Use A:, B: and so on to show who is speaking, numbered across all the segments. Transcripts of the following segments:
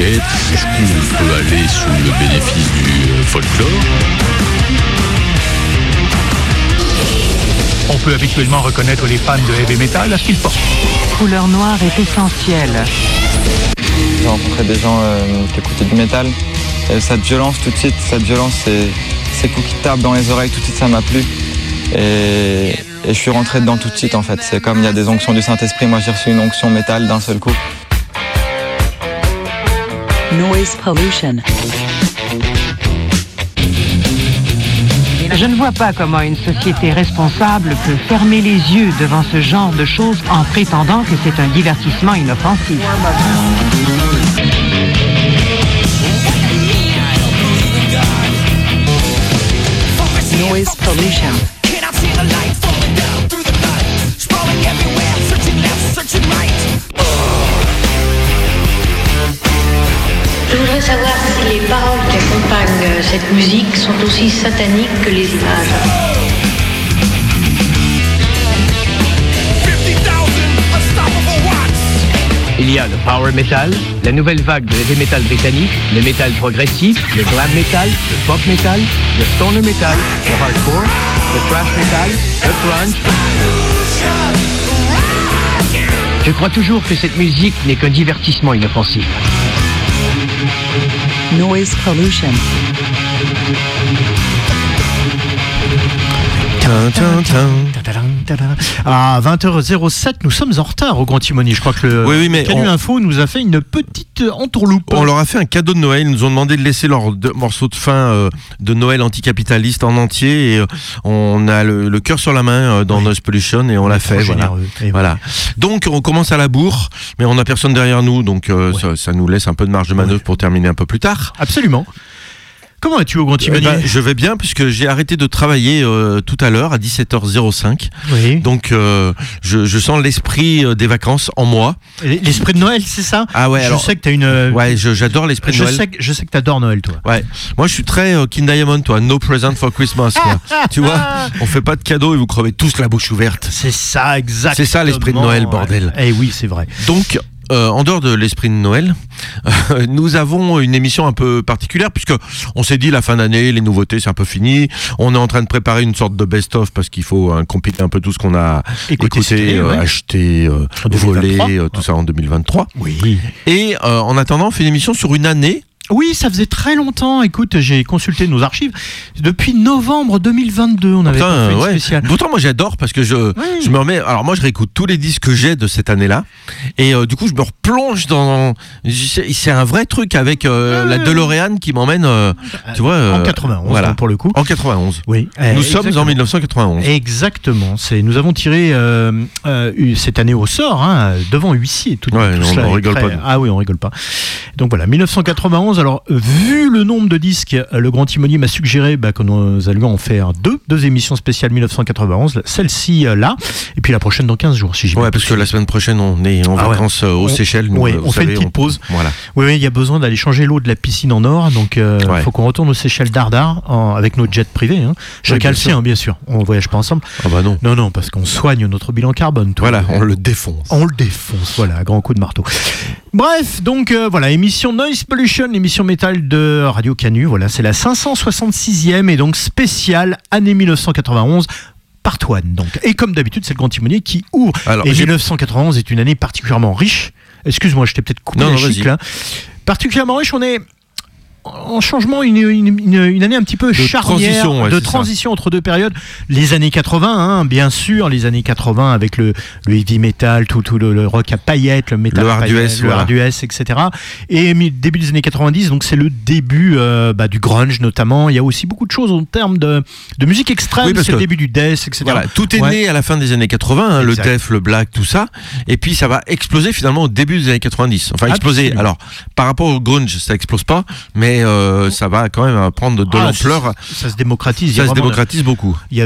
A: rockette, jusqu'où on peut aller sous le bénéfice du folklore.
B: On peut habituellement reconnaître les fans de heavy metal à ce qu'ils portent.
C: Couleur noire est essentielle.
D: J'ai rencontré des gens qui écoutaient du métal. Et cette violence, tout de suite, ces coups qui tapent dans les oreilles, tout de suite, ça m'a plu. Et je suis rentré dedans tout de suite, en fait. C'est comme il y a des onctions du Saint-Esprit. Moi, j'ai reçu une onction métal d'un seul coup.
C: Noise pollution. Je ne vois pas comment une société responsable peut fermer les yeux devant ce genre de choses en prétendant que c'est un divertissement inoffensif. Noise pollution.
E: Je voudrais savoir si les paroles qui accompagnent cette musique sont aussi sataniques que les images.
F: Il y a le power metal, la nouvelle vague de heavy metal britannique, le metal progressif, le glam metal, le pop metal, le stoner metal, le hardcore, le thrash metal, le grunge. Je crois toujours que cette musique n'est qu'un divertissement inoffensif.
C: Noise pollution.
G: À 20h07, nous sommes en retard au Grand Timonier. Je crois que le Canu Info nous a fait une petite entourloupe.
H: On leur a fait un cadeau de Noël. Ils nous ont demandé de laisser leur morceau de fin de Noël anticapitaliste en entier. Et on a le cœur sur la main dans Noise Pollution et on l'a fait. Voilà. Donc on commence à la bourre, mais on n'a personne derrière nous. Donc ça nous laisse un peu de marge de manœuvre pour terminer un peu plus tard.
G: Absolument. Comment vas-tu au Grand Timonier ?
H: Je vais bien puisque j'ai arrêté de travailler tout à l'heure à 17h05.
G: Oui.
H: Donc je sens l'esprit des vacances en moi.
G: L'esprit de Noël, c'est ça ?
H: Ah ouais.
G: Je sais que t'as une.
H: Ouais, j'adore l'esprit de Noël.
G: Je sais que t'adores Noël, toi.
H: Ouais. Moi, je suis très King Diamond, toi. No present for Christmas. Tu vois, on fait pas de cadeaux et vous crevez tous la bouche ouverte.
G: C'est ça, exactement.
H: C'est ça l'esprit de Noël, bordel.
G: Eh oui, c'est vrai.
H: Donc. En dehors de l'esprit de Noël, nous avons une émission un peu particulière puisque on s'est dit la fin d'année, les nouveautés c'est un peu fini. On est en train de préparer une sorte de best-of parce qu'il faut compiler un peu tout ce qu'on a écouté, acheté, volé, tout ça en 2023.
G: Oui.
H: Et en attendant, on fait une émission sur une année.
G: Oui, ça faisait très longtemps. Écoute, j'ai consulté nos archives. Depuis novembre 2022, on avait pas fait une spéciale.
H: Pourtant, moi, j'adore parce que je me remets. Alors, moi, je réécoute tous les disques que j'ai de cette année-là. Et du coup, je me replonge dans. C'est un vrai truc avec la DeLorean qui m'emmène. Tu vois.
G: En 91, voilà. Pour le coup.
H: En 91.
G: Oui.
H: Nous sommes en 1991.
G: Exactement. Nous avons tiré cette année au sort, devant huissier. Tout cela
H: on rigole pas.
G: Ah oui, on rigole pas. Donc voilà, 1991. Alors, vu le nombre de disques, le Grand Timonier m'a suggéré que nous allions en faire deux émissions spéciales 1991, celle-ci là, et puis la prochaine dans 15 jours, si j'y
H: parce que la semaine prochaine, on est en vacances aux Seychelles.
G: On fait une petite pause.
H: Voilà.
G: Oui, il y a besoin d'aller changer l'eau de la piscine en or, donc il faut qu'on retourne aux Seychelles d'Ardar avec nos jets privés. Chacun le sien, bien sûr. On ne voyage pas ensemble.
H: Ah bah non.
G: Non, parce qu'on soigne notre bilan carbone.
H: Voilà, on le défonce.
G: Voilà, à grand coup de marteau. Bref, donc voilà, émission Noise Pollution, émission métal de Radio Canu, voilà, c'est la 566e et donc spéciale année 1991. Part 1 donc. Et comme d'habitude, c'est le Grand Timonier qui ouvre. Alors, 1991 est une année particulièrement riche. Excuse-moi, je t'ai peut-être coupé la chic là. Particulièrement riche, on est en changement, une année un petit peu charnière de transition entre deux périodes. Les années 80, bien sûr, les années 80 avec le heavy metal, tout le rock à paillettes, le metal à paillettes, le hard US, etc. Et début des années 90, donc c'est le début du grunge notamment. Il y a aussi beaucoup de choses en termes de musique extrême, c'est le début du death, etc.
H: Voilà, tout est né à la fin des années 80, le death, le black, tout ça. Et puis ça va exploser finalement au début des années 90. Enfin, exploser. Absolument. Alors, par rapport au grunge, ça explose pas, mais ça va quand même prendre de l'ampleur.
G: Ça se démocratise.
H: Ça se démocratise beaucoup.
G: Il y a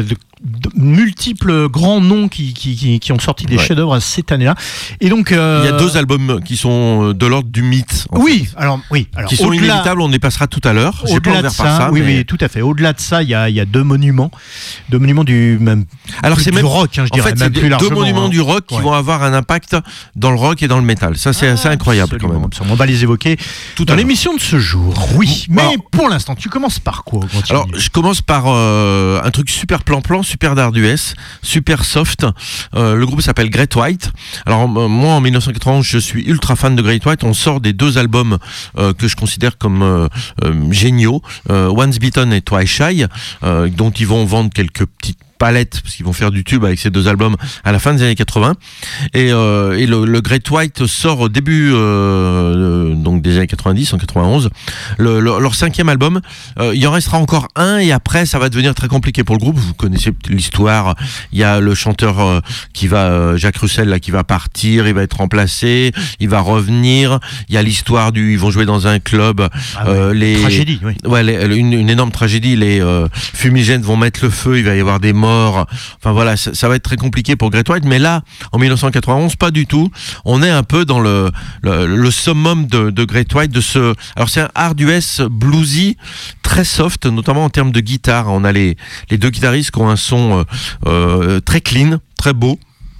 G: multiples grands noms qui ont sorti des chefs-d'œuvre cette année-là. Et donc, il y
H: a 2 albums qui sont de l'ordre du mythe.
G: Oui, alors
H: qui sont inévitables. On les passera tout à l'heure. J'ai pas ouvert par ça.
G: Oui, tout à fait. Au-delà de ça, il y a 2 monuments du même.
H: Alors c'est même
G: rock, je dirais.
H: En fait, c'est
G: même
H: 2 monuments du rock qui vont avoir un impact dans le rock et dans le métal. Ça, c'est assez incroyable quand même.
G: Absolument. On va les évoquer dans l'émission de ce jour. Oui, mais pour l'instant, tu commences par quoi?
H: Alors, je commence par un truc super plan-plan, super d'arduesse, super soft. Le groupe s'appelle Great White. Alors, moi, en 1991, je suis ultra fan de Great White. On sort des 2 albums que je considère comme géniaux, Once Beaten et Twice Shy, dont ils vont vendre quelques petites palettes parce qu'ils vont faire du tube avec ces 2 albums à la fin des années 80 et le Great White sort au début donc des années 90 en 91 leur 5e album. Il y en restera encore un et après ça va devenir très compliqué pour le groupe. Vous connaissez l'histoire, il y a le chanteur Jacques Russell là, qui va partir, il va être remplacé, il va revenir, il y a l'histoire ils vont jouer dans un club,
G: tragédie,
H: une énorme tragédie, les fumigènes vont mettre le feu, il va y avoir des morts. Enfin voilà, ça va être très compliqué pour Great White, mais là, en 1991, pas du tout. On est un peu dans le summum de Great White, alors c'est un hard US bluesy très soft, notamment en termes de guitare. On a les 2 guitaristes qui ont un son très clean, très beau.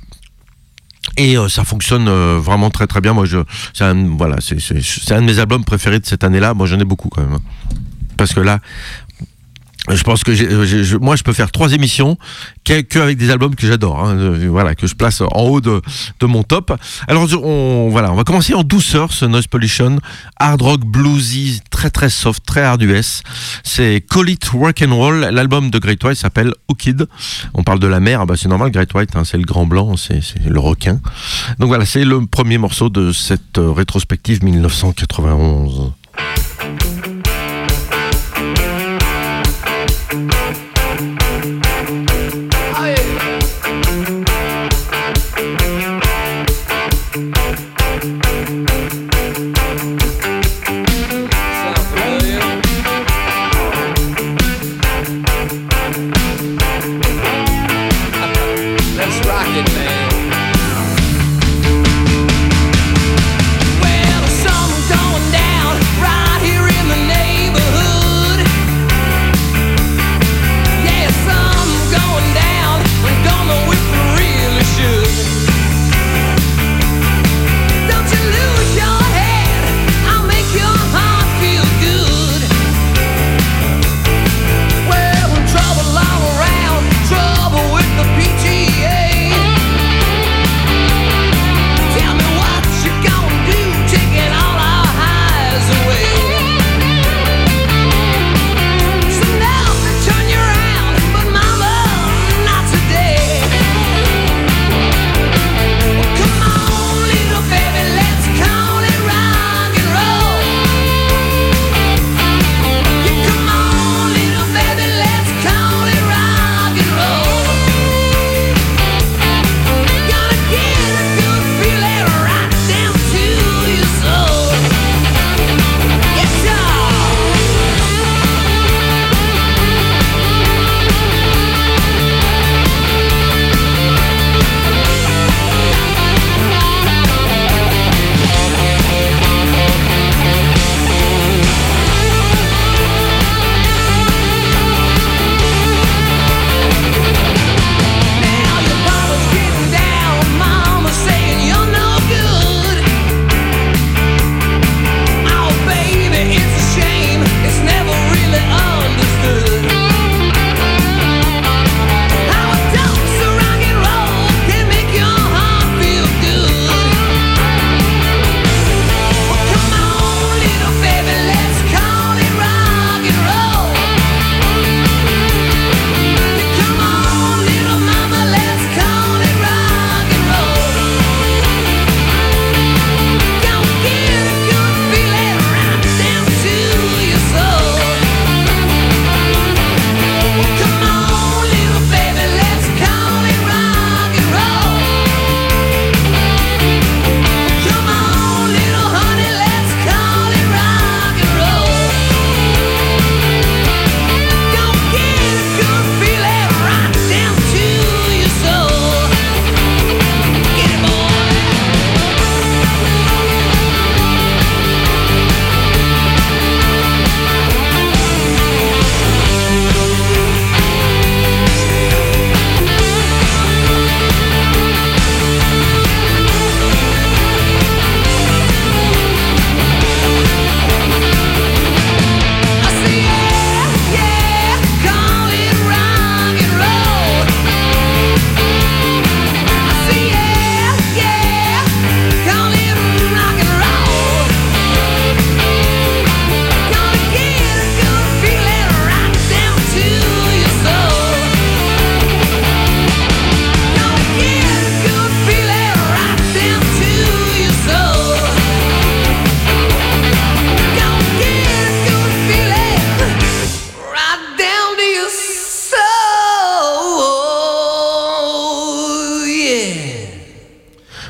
H: Et ça fonctionne vraiment très très bien. Moi, c'est un de mes albums préférés de cette année-là. Moi, j'en ai beaucoup quand même, parce que là. Je pense que moi je peux faire 3 émissions qu'avec des albums que j'adore, que je place en haut de mon top. Alors on va commencer en douceur ce Noise Pollution, hard rock bluesy, très très soft, très hard US. C'est Call It Rock and Roll. L'album de Great White s'appelle Hooked. On parle de la mer, c'est normal, Great White, c'est le grand blanc, c'est le requin. Donc voilà, c'est le premier morceau de cette rétrospective 1991.
I: Well, the sun going down.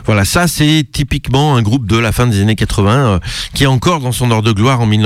H: Voilà, ça c'est typiquement un groupe de la fin des années 80 qui est encore dans son heure de gloire en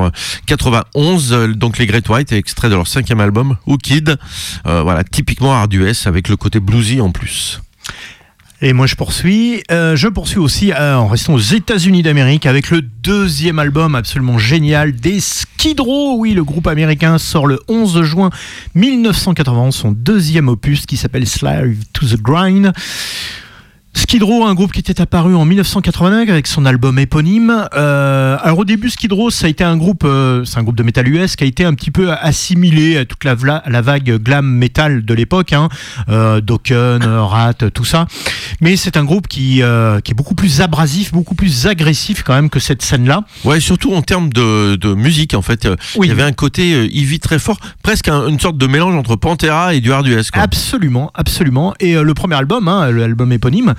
H: 1991. Donc les Great White, extrait de leur 5e album, Who Kid. Voilà, typiquement hard US avec le côté bluesy en plus.
G: Et moi je poursuis aussi en restant aux États-Unis d'Amérique avec le 2e album absolument génial des Skid Row. Oui, le groupe américain sort le 11 juin 1991 son 2e opus qui s'appelle Slave to the Grind. Skid Row, un groupe qui était apparu en 1989 avec son album éponyme. Alors au début, Skid Row, ça a été un groupe de métal US qui a été un petit peu assimilé à toute la vague glam metal de l'époque, Dokken, Rat, tout ça. Mais c'est un groupe qui est beaucoup plus abrasif, beaucoup plus agressif quand même que cette scène-là.
H: Ouais, surtout en termes de musique en fait. Oui. Il y avait un côté heavy très fort, presque une sorte de mélange entre Pantera et du hard US, quoi.
G: Absolument. Et le premier album, l'album éponyme,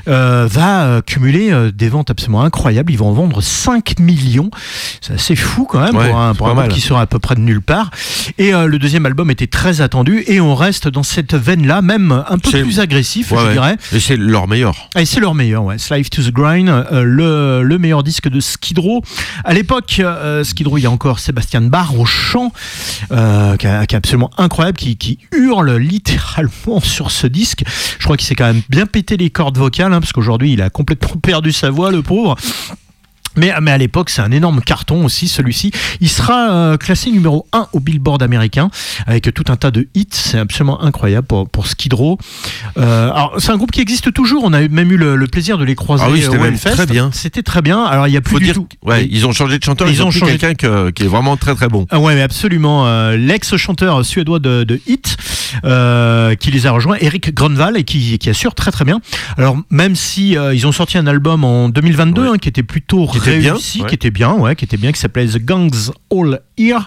G: va cumuler des ventes absolument incroyables. Ils vont en vendre 5 millions. C'est assez fou quand même, pour un groupe qui sera à peu près de nulle part. Et le 2e album était très attendu et on reste dans cette veine-là, même un peu plus agressif, je dirais.
H: Et c'est leur meilleur.
G: Et c'est leur meilleur, Slave to the Grind, le meilleur disque de Skid Row. À l'époque, Skid Row, il y a encore Sébastien Barr au chant, qui est absolument incroyable, qui hurle littéralement sur ce disque. Je crois qu'il s'est quand même bien pété les cordes vocales, parce qu'aujourd'hui, il a complètement perdu sa voix, le pauvre. Mais à l'époque, c'est un énorme carton aussi, celui-ci. Il sera classé numéro 1 au Billboard américain, avec tout un tas de hits. C'est absolument incroyable pour Skid Row. Alors, c'est un groupe qui existe toujours. On a même eu le plaisir de les croiser
H: au Hellfest. Très bien.
G: C'était très bien. Alors, il y a plus du tout.
H: Ouais, ils ont changé de chanteur. Ils ont changé quelqu'un qui est vraiment très très bon.
G: Ouais, mais absolument. L'ex-chanteur suédois de Hit, qui les a rejoints, Eric Grönvall, et qui assure très très bien. Alors, même si ils ont sorti un album en 2022, qui était plutôt réussi, qui était bien, qui s'appelait The Gangs All Here.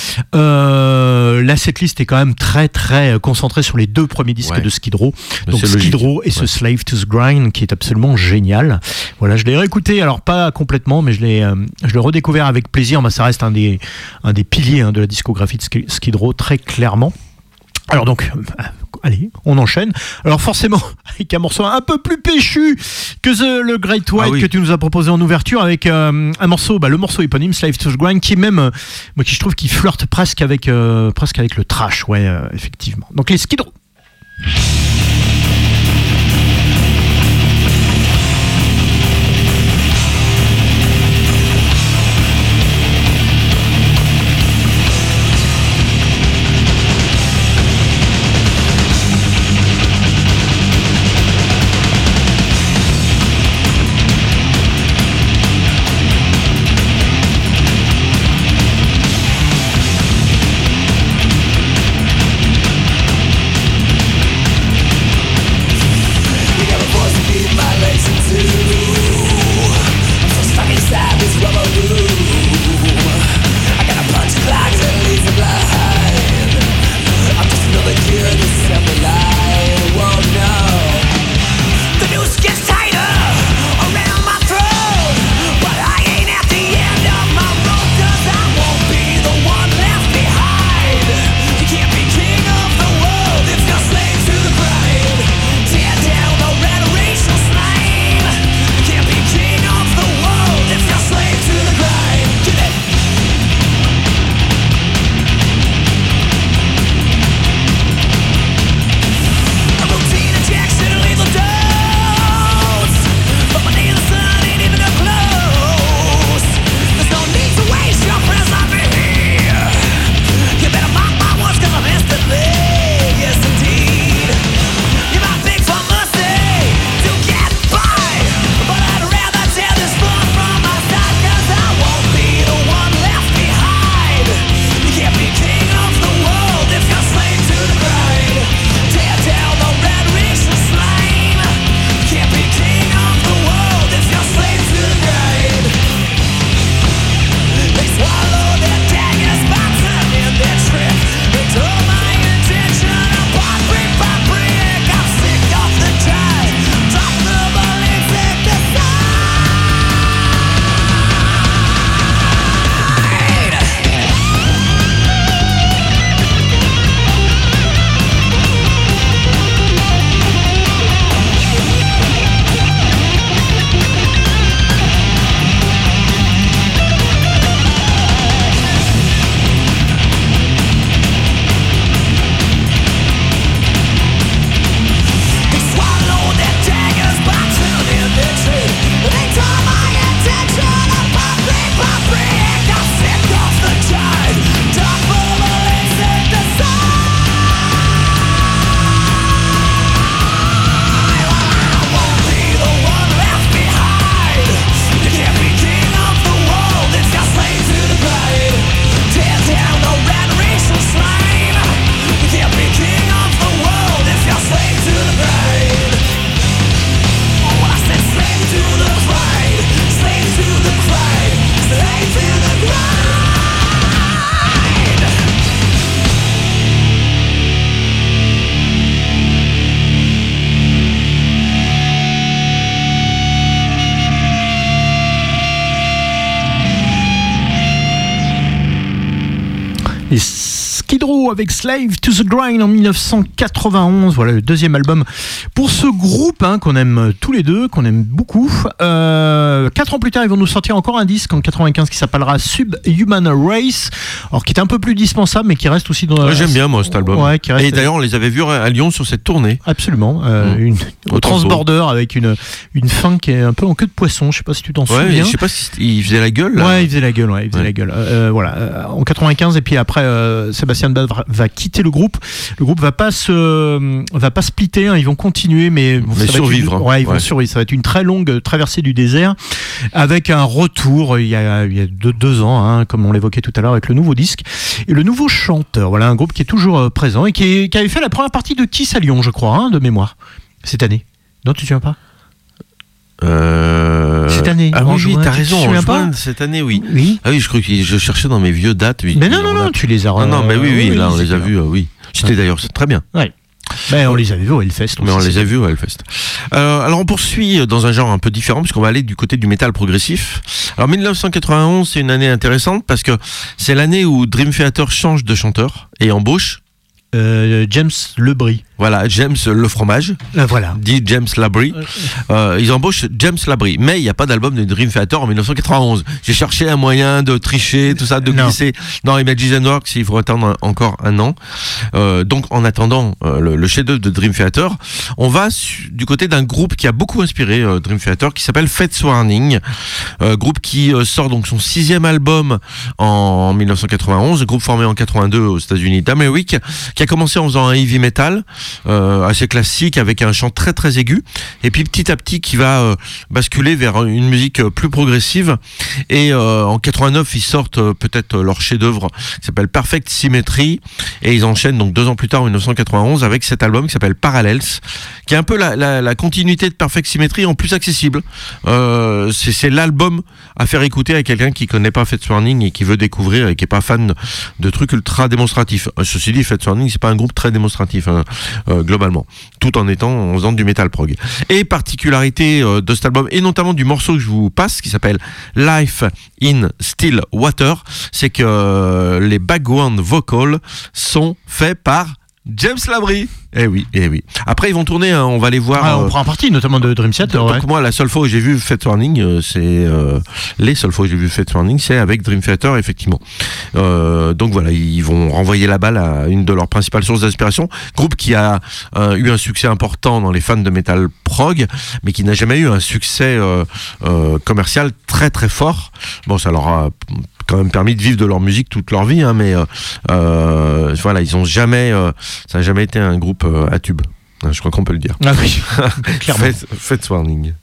G: La setlist est quand même très très concentrée sur les 2 premiers disques de Skid Row. Donc Skid Row et ce Slave to the Grind qui est absolument génial. Voilà, je l'ai réécouté, alors pas complètement, mais je l'ai redécouvert avec plaisir. Ça reste un des piliers de la discographie de Skid Row, très clairement. Alors donc, allez, on enchaîne. Alors forcément, avec un morceau un peu plus péchu que le Great White que tu nous as proposé en ouverture, avec un morceau, le morceau éponyme, Slave to the Grind, qui est même, moi qui je trouve qu'il flirte presque avec le trash, effectivement. Donc les Skid Row. Et Skid Row avec Slave to the Grind en 1991. Voilà le deuxième album pour ce groupe qu'on aime tous les deux, qu'on aime beaucoup. 4 ans plus tard, ils vont nous sortir encore un disque en 95 qui s'appellera Subhuman Race. Alors qui est un peu plus dispensable, mais qui reste aussi dans.
H: J'aime bien moi cet album.
G: Ouais,
H: et d'ailleurs, on les avait vus à Lyon sur cette tournée.
G: Absolument. Au Transborder avec une fin qui est un peu en queue de poisson. Je sais pas si tu t'en souviens.
H: Je sais pas si il faisait la gueule. Là.
G: Ouais, il faisait la gueule. Voilà. En 95 et puis après, Sébastien Bach va quitter le groupe. Le groupe va pas splitter. Ils vont continuer, mais
H: survivre.
G: Ils vont survivre. Ça va être une très longue traversée du désert avec un retour il y a 2 ans, comme on l'évoquait tout à l'heure avec le nouveau disque et le nouveau chanteur. Voilà un groupe qui est toujours présent et qui avait fait la première partie de Kiss à Lyon, je crois, de mémoire cette année. Non, tu te souviens pas? Cette année.
H: Ah oui, t'as raison.
G: Tu te souviens pas
H: cette année, oui.
G: Oui.
H: Ah oui, je crois que je cherchais dans mes vieux dates.
G: Mais non, tu les as.
H: Non, mais oui, là, on les a vus, oui. C'était d'ailleurs, c'est très bien.
G: Ouais. Mais on les avait vus au Hellfest.
H: Mais on les a vus au Hellfest. Alors on poursuit dans un genre un peu différent puisqu'on va aller du côté du métal progressif. Alors 1991, c'est une année intéressante parce que c'est l'année où Dream Theater change de chanteur et embauche
G: James Labrie.
H: Voilà, James le fromage.
G: Voilà.
H: Dit James Labrie. Ils embauchent James Labrie. Mais il n'y a pas d'album de Dream Theater en 1991. J'ai cherché un moyen de tricher, tout ça, de glisser. Non, Imagine Works, il faut attendre encore un an. Donc, en attendant le chef-d'œuvre de Dream Theater, on va du côté d'un groupe qui a beaucoup inspiré Dream Theater, qui s'appelle Fates Warning. Groupe qui sort donc son 6e album en 1991. Groupe formé en 82 aux États-Unis d'Amérique, qui a commencé en faisant un heavy metal. Assez classique avec un chant très très aigu et puis petit à petit qui va basculer vers une musique plus progressive et en 89 ils sortent peut-être leur chef-d'œuvre qui s'appelle Perfect Symmetry et ils enchaînent donc 2 ans plus tard en 1991 avec cet album qui s'appelle Parallels qui est un peu la continuité de Perfect Symmetry en plus accessible. C'est l'album à faire écouter à quelqu'un qui connaît pas Fates Warning et qui veut découvrir et qui est pas fan de trucs ultra démonstratifs. Ceci dit, Fates Warning c'est pas un groupe très démonstratif globalement, tout en faisant du metal prog. Et particularité de cet album, et notamment du morceau que je vous passe, qui s'appelle Life in Still Water, c'est que les background vocals sont faits par James Labrie. Eh oui. Après, ils vont tourner, on va les voir.
G: On prend un parti, notamment de Dream Theater.
H: Donc, moi, la seule fois où j'ai vu Fates Warning, les seules fois où j'ai vu Fates Warning, c'est avec Dream Theater, effectivement. Donc voilà, ils vont renvoyer la balle à une de leurs principales sources d'inspiration. Groupe qui a eu un succès important dans les fans de metal prog, mais qui n'a jamais eu un succès commercial très très fort. Bon, ça leur a quand même permis de vivre de leur musique toute leur vie, mais voilà, ils ont jamais, ça n'a jamais été un groupe à tube. Je crois qu'on peut le dire.
G: Ah oui, clairement.
H: Fates Warning.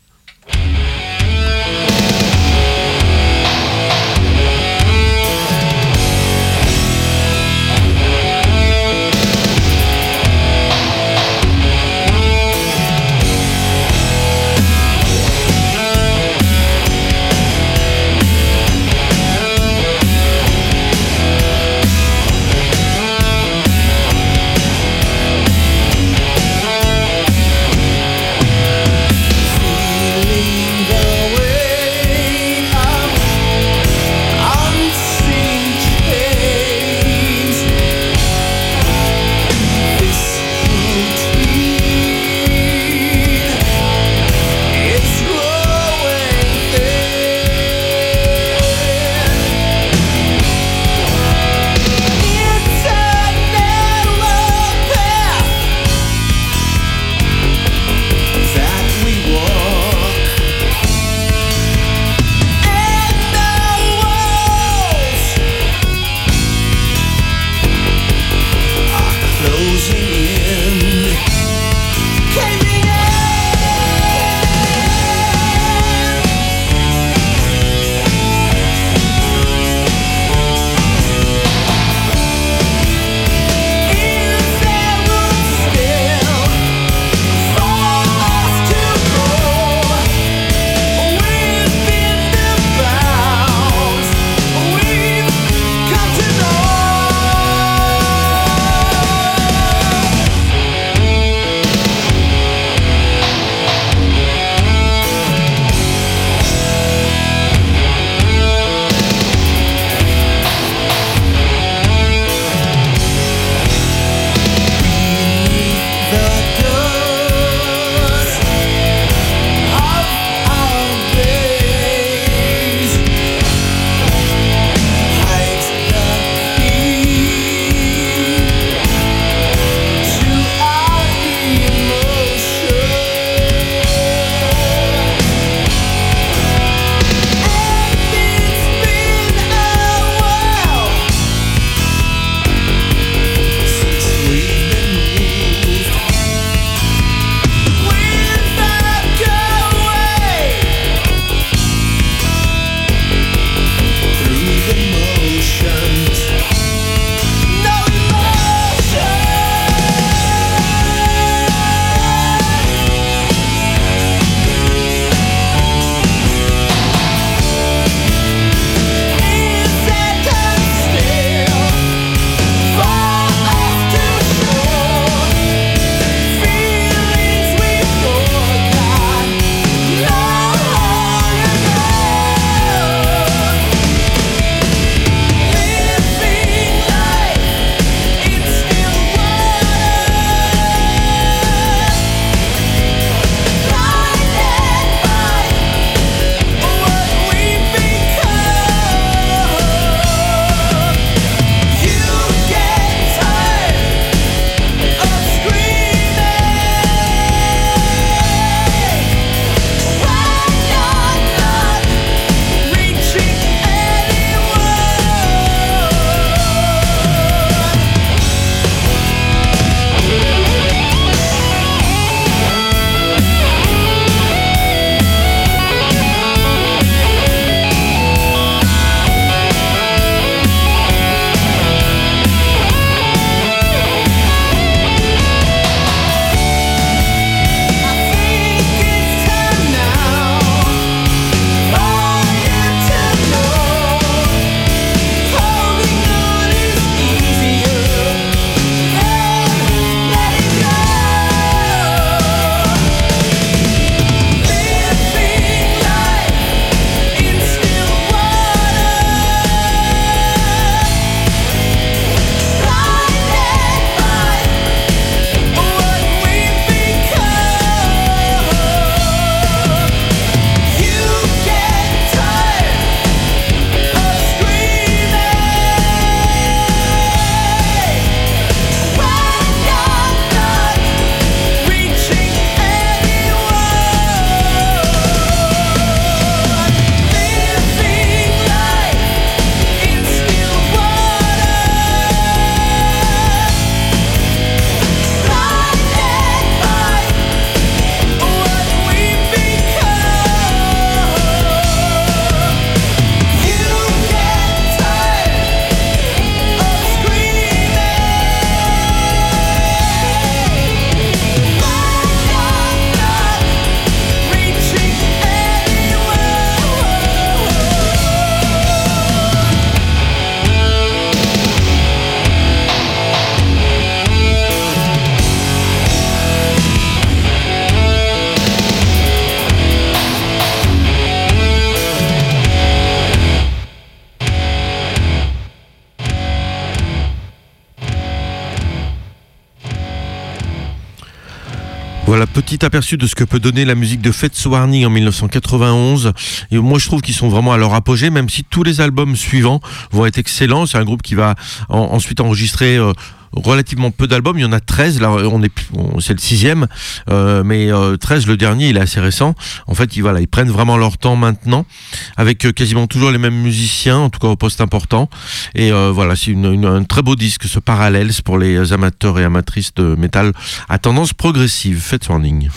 H: Voilà, petit aperçu de ce que peut donner la musique de Fates Warning en 1991. Et moi, je trouve qu'ils sont vraiment à leur apogée, même si tous les albums suivants vont être excellents. C'est un groupe qui va ensuite enregistrer relativement peu d'albums, il y en a 13, là c'est le 6e, mais 13, le dernier, il est assez récent. En fait, ils prennent vraiment leur temps maintenant, avec quasiment toujours les mêmes musiciens, en tout cas au poste important. Et voilà, c'est un très beau disque, ce Parallels, pour les amateurs et amatrices de métal à tendance progressive. Fates Warning.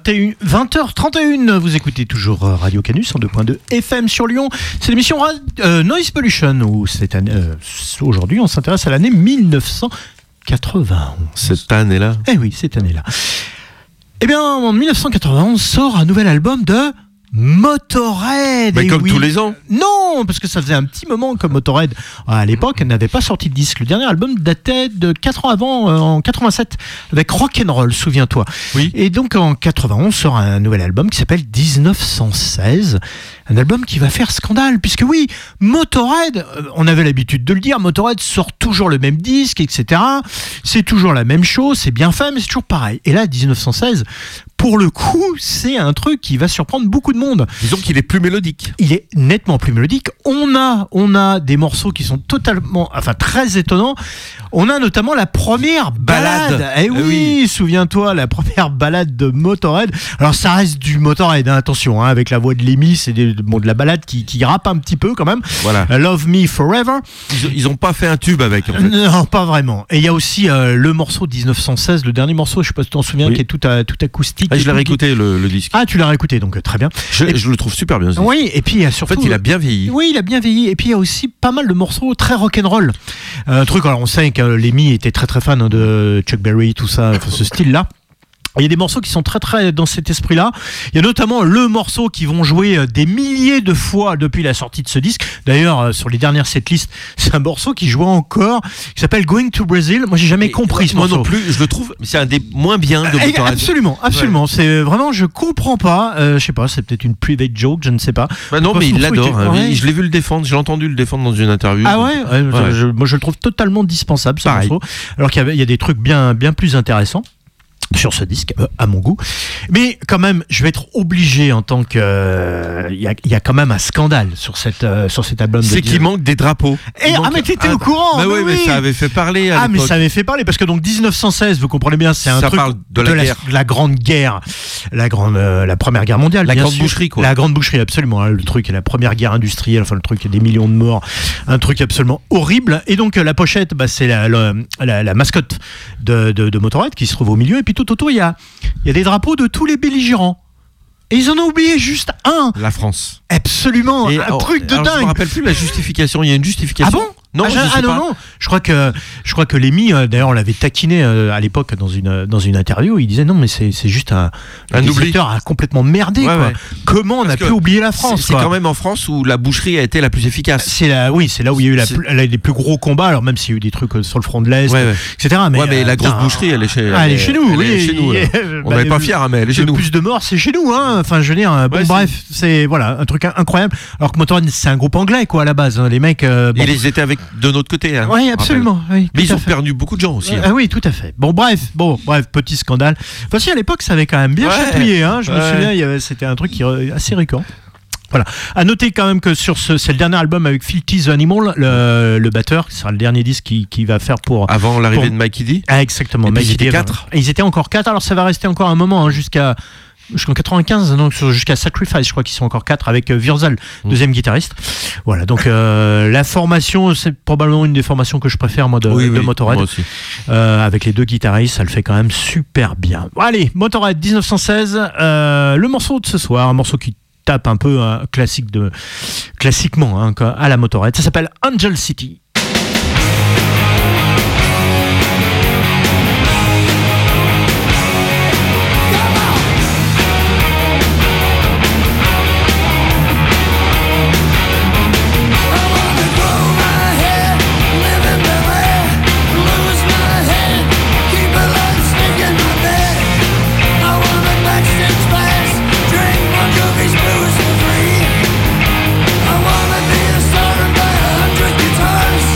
G: 20h31, vous écoutez toujours Radio Canus en 2.2 FM sur Lyon. C'est l'émission Noise Pollution, où aujourd'hui on s'intéresse à l'année 1991.
H: Cette année-là.
G: Eh oui, cette année-là. Eh bien, en 1991 sort un nouvel album de Motörhead.
H: Mais comme tous les ans.
G: Non, parce que ça faisait un petit moment que Motörhead, à l'époque, n'avait pas sorti de disque. Le dernier album datait de 4 ans avant, en 87, avec Rock'n'Roll, souviens-toi.
H: Oui.
G: Et donc en 91 sort un nouvel album qui s'appelle 1916. Un album qui va faire scandale, puisque oui, Motörhead, on avait l'habitude de le dire, Motörhead sort toujours le même disque, etc. C'est toujours la même chose, c'est bien fait, mais c'est toujours pareil. Et là, 1916, pour le coup, c'est un truc qui va surprendre beaucoup de monde.
H: Disons qu'il est plus mélodique.
G: Il est nettement plus mélodique. On a des morceaux qui sont très étonnants. On a notamment la première balade. Eh oui, souviens-toi, la première balade de Motörhead. Alors ça reste du Motörhead, attention, avec la voix de Lemmy, c'est de la balade qui rappe un petit peu quand même.
H: Voilà.
G: Love Me Forever.
H: Ils ont pas fait un tube avec, en fait.
G: Non, pas vraiment. Et il y a aussi le morceau de 1916, le dernier morceau, je sais pas si tu t'en souviens, qui est tout acoustique.
H: Je l'ai réécouté, le disque.
G: Ah, tu l'as réécouté, donc très bien.
H: Je le trouve super bien.
G: Oui, et puis il y a surtout...
H: En fait, il a bien vieilli.
G: Oui, il a bien vieilli. Et puis il y a aussi pas mal de morceaux très rock'n'roll. Alors on sait que Lemmy était très très fan de Chuck Berry, tout ça, ce style-là. Il y a des morceaux qui sont très très dans cet esprit-là. Il y a notamment le morceau qu'ils vont jouer des milliers de fois depuis la sortie de ce disque. D'ailleurs, sur les dernières setlists, c'est un morceau qui joue encore, qui s'appelle Going to Brazil. Moi, j'ai jamais compris ce morceau.
H: Moi non plus, je le trouve, c'est un des moins bien de Motörhead.
G: Absolument. Ouais. C'est vraiment, je comprends pas. Je sais pas, c'est peut-être une private joke, je ne sais pas.
H: Non, mais il l'adore. Je l'ai vu le défendre, j'ai entendu le défendre dans une interview.
G: Ah ouais, moi je le trouve totalement dispensable, ce morceau. Alors qu'il y a des trucs bien plus intéressants sur ce disque, à mon goût. Mais quand même, je vais être obligé en tant que... Il y a quand même un scandale sur cet album.
H: C'est qu'il manque des drapeaux.
G: Mais t'étais au courant.
H: Oui, mais ça avait fait parler à l'époque.
G: Mais ça avait fait parler, parce que donc 1916, vous comprenez bien, c'est un truc
H: parle de
G: la Grande Guerre, la Première Guerre mondiale.
H: La Grande Boucherie, quoi.
G: La Grande Boucherie, absolument. Le truc, la Première Guerre industrielle, le truc, il y a des millions de morts. Un truc absolument horrible. Et donc, la pochette, c'est la mascotte de Motörhead qui se trouve au milieu. Et puis tout autour, il y a des drapeaux de tous les belligérants. Et ils en ont oublié juste un.
H: La France.
G: Absolument. Un truc de dingue.
H: Je me rappelle plus la justification. Il y a une justification.
G: Ah bon?
H: Non,
G: non. Je crois que Lemmy, d'ailleurs, on l'avait taquiné à l'époque dans une interview. Il disait non, mais c'est juste un réalisateur a complètement merdé. Quoi. Ouais. Comment on a pu oublier la France?
H: C'est quand même en France où la boucherie a été la plus efficace.
G: C'est là où il y a eu les plus gros combats. Alors même s'il y a eu des trucs sur le front de l'Est, etc.
H: Mais la grosse boucherie, elle est chez nous. On n'est pas fiers, mais elle est chez nous.
G: Le plus de morts, c'est chez nous. Enfin, je veux dire. Bref, c'est un truc incroyable. Alors que Motörhead, c'est un groupe anglais, quoi, à la base. Les mecs.
H: Ils étaient avec de notre côté.
G: Oui, absolument. Oui,
H: mais ils ont perdu beaucoup de gens aussi.
G: Oui, tout à fait. Bon, bref, petit scandale. Enfin, si, à l'époque, ça avait quand même bien chatouillé. Je me souviens, c'était un truc assez récurrent. Voilà. À noter quand même que c'est le dernier album avec Filthy the Animal, le batteur, qui sera le dernier disque qui va faire pour...
H: Avant l'arrivée de Mikey D.
G: Ah, exactement.
H: Ils étaient 4.
G: Ils étaient encore 4, alors ça va rester encore un moment, jusqu'en 95, donc jusqu'à Sacrifice, je crois qu'ils sont encore 4 avec Würzel, deuxième guitariste. Voilà, donc la formation, c'est probablement une des formations que je préfère, moi, de Motörhead.
H: Moi aussi.
G: Avec les deux guitaristes, ça le fait quand même super bien. Bon, allez, Motörhead 1916, le morceau de ce soir, un morceau qui tape un peu classiquement à la Motörhead. Ça s'appelle Angel City.
I: Guitars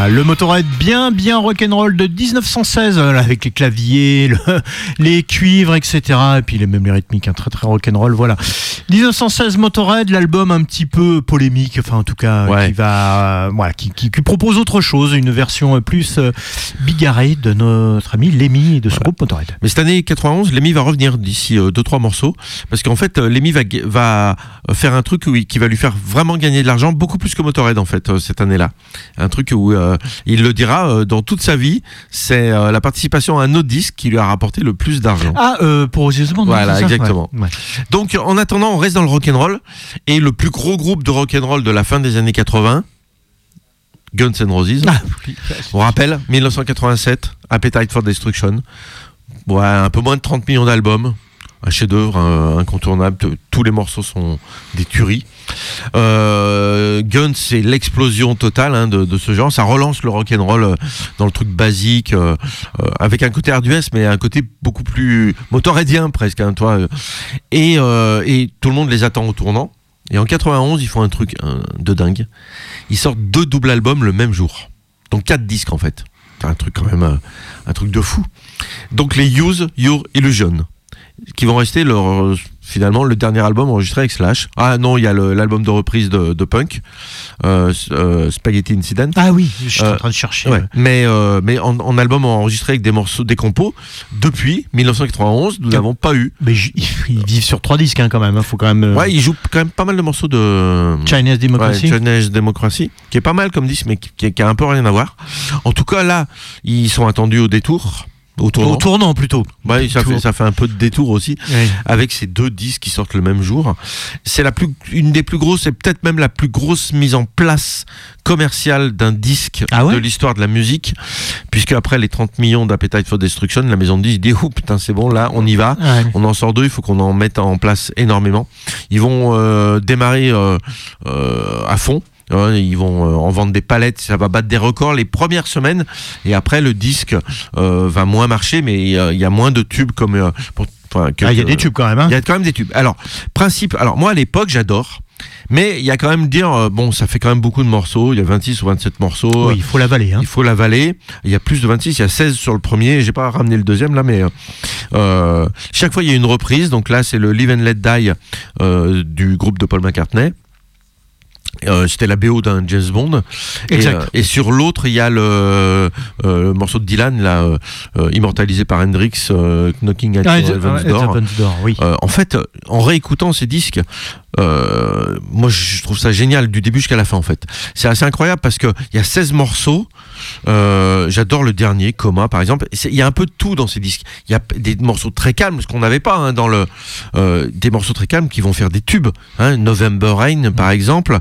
G: Voilà, le Motorhead bien rock'n'roll de 1916, avec les claviers, les cuivres, etc. Et puis même les rythmiques, très très rock'n'roll. Voilà, 1916 Motorhead, l'album un petit peu polémique, enfin en tout cas qui propose autre chose, une version plus bigarrée de notre ami Lemmy et de son groupe Motorhead.
H: Mais cette année 91, Lemmy va revenir d'ici 2-3 morceaux, parce qu'en fait Lemmy va faire un truc qui va lui faire vraiment gagner de l'argent, beaucoup plus que Motorhead en fait cette année-là. Un truc où il le dira dans toute sa vie, c'est la participation à un autre disque qui lui a rapporté le plus d'argent.
G: Pour Ozzy Osbourne.
H: Voilà, exactement. Ouais. Donc en attendant, on reste dans le rock'n'roll, et le plus gros groupe de rock'n'roll de la fin des années 80, Guns N' Roses. On rappelle 1987, Appetite for Destruction. Un peu moins de 30 millions d'albums. Un chef-d'œuvre incontournable, tous les morceaux sont des tueries. Guns, c'est l'explosion totale de ce genre, ça relance le rock'n'roll dans le truc basique, avec un côté arduous, mais un côté beaucoup plus motorheadien presque, et tout le monde les attend au tournant. Et en 91, ils font un truc de dingue, ils sortent 2 doubles albums le même jour, donc 4 disques en fait, c'est un truc quand même, un truc de fou. Donc les Use Your Illusion, qui vont rester finalement le dernier album enregistré avec Slash. Ah non, il y a l'album de reprise de punk, Spaghetti Incident.
G: Ah oui, je suis en train de chercher.
H: Ouais. Mais en album enregistré avec des morceaux, des compos, depuis 1991, nous n'avons pas eu.
G: Mais ils vivent sur 3 disques quand même. Faut quand même.
H: Ouais, ils jouent quand même pas mal de morceaux de
G: Chinese Democracy.
H: Chinese Democracy, qui est pas mal comme disque, mais qui a un peu rien à voir. En tout cas, là, ils sont attendus au détour. Au
G: tournant plutôt.
H: Ça fait un peu de détour aussi, avec ces 2 disques qui sortent le même jour. C'est une des plus grosses, et peut-être même la plus grosse mise en place commerciale d'un disque de l'histoire de la musique, puisque après les 30 millions d'Appetite for Destruction, la maison de disques dit putain c'est bon, là on y va, on en sort 2, il faut qu'on en mette en place énormément. Ils vont démarrer à fond. Ils vont en vendre des palettes, ça va battre des records les premières semaines, et après le disque va moins marcher, mais il y a moins de tubes comme
G: il y a des tubes quand même.
H: Il y a quand même des tubes. Alors moi à l'époque j'adore, mais il y a quand même ça fait quand même beaucoup de morceaux, il y a 26 ou 27 morceaux.
G: Oui, il faut l'avaler.
H: Il faut l'avaler. Il y a plus de 26, il y a 16 sur le premier, j'ai pas ramené le deuxième là, mais chaque fois il y a une reprise, donc là c'est le Live and Let Die du groupe de Paul McCartney. C'était la BO d'un James Bond, et sur l'autre il y a le morceau de Dylan là, immortalisé par Hendrix, Knocking at Heaven's Door.
G: Oui.
H: En fait, en réécoutant ces disques, moi je trouve ça génial du début jusqu'à la fin en fait. C'est assez incroyable parce que il y a 16 morceaux. J'adore le dernier, Coma par exemple. Il y a un peu de tout dans ces disques. Il y a des morceaux très calmes, ce qu'on n'avait pas dans des morceaux très calmes qui vont faire des tubes. November Rain par exemple.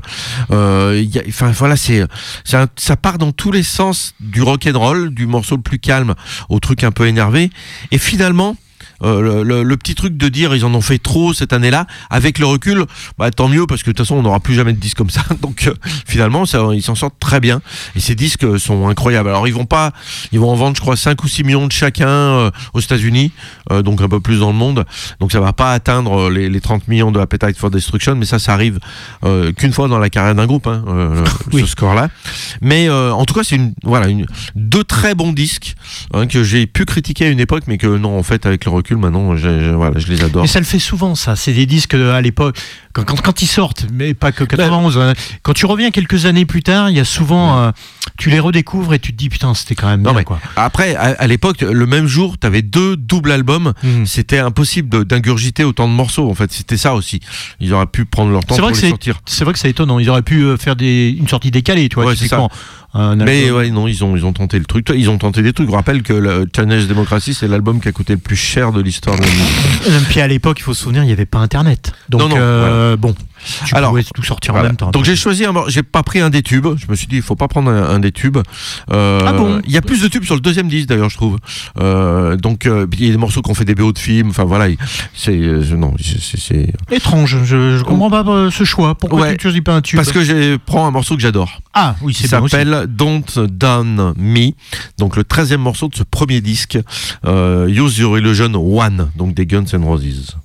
H: Ça part dans tous les sens, du rock'n'roll, du morceau le plus calme au truc un peu énervé. Et finalement, le petit truc de dire ils en ont fait trop cette année-là, avec le recul, tant mieux, parce que de toute façon on n'aura plus jamais de disques comme ça, donc finalement ils s'en sortent très bien, et ces disques sont incroyables. Alors ils vont en vendre je crois 5 ou 6 millions de chacun aux États-Unis, donc un peu plus dans le monde, donc ça va pas atteindre les 30 millions de Appetite for Destruction, mais ça arrive qu'une fois dans la carrière d'un groupe, ce score-là. Mais en tout cas c'est 2 très bons disques que j'ai pu critiquer à une époque, mais que non, en fait avec le recul maintenant je les adore.
G: Mais ça le fait souvent, ça. C'est des disques à l'époque quand ils sortent, mais pas que 91. Quand tu reviens quelques années plus tard, il y a souvent tu les redécouvres et tu te dis putain c'était quand même bien, quoi.
H: Après à l'époque le même jour tu avais 2 doubles albums, c'était impossible d'ingurgiter autant de morceaux en fait, c'était ça aussi. Ils auraient pu prendre leur temps pour les sortir.
G: C'est vrai que c'est étonnant, ils auraient pu faire une sortie décalée, tu vois, typiquement.
H: Mais non, ils ont tenté le truc. Ils ont tenté des trucs. Je rappelle que le Chinese Democracy, c'est l'album qui a coûté le plus cher de l'histoire de la musique.
G: Puis à l'époque, il faut se souvenir, il n'y avait pas Internet. Donc tu pouvais tout sortir en même temps.
H: Donc j'ai choisi j'ai pas pris un des tubes. Je me suis dit, il faut pas prendre un des tubes. Il y a plus de tubes sur le deuxième disque d'ailleurs, je trouve. Donc il y a des morceaux qui ont fait des BO de films. Enfin voilà, c'est
G: étrange. Je comprends pas ce choix. Pourquoi tu ne choisis pas un tube?
H: Parce que je prends un morceau que j'adore.
G: Ah oui, c'est
H: ça s'appelle Don't Down Me, donc le 13e morceau de ce premier disque, Use Your Illusion 1, donc des Guns N' Roses.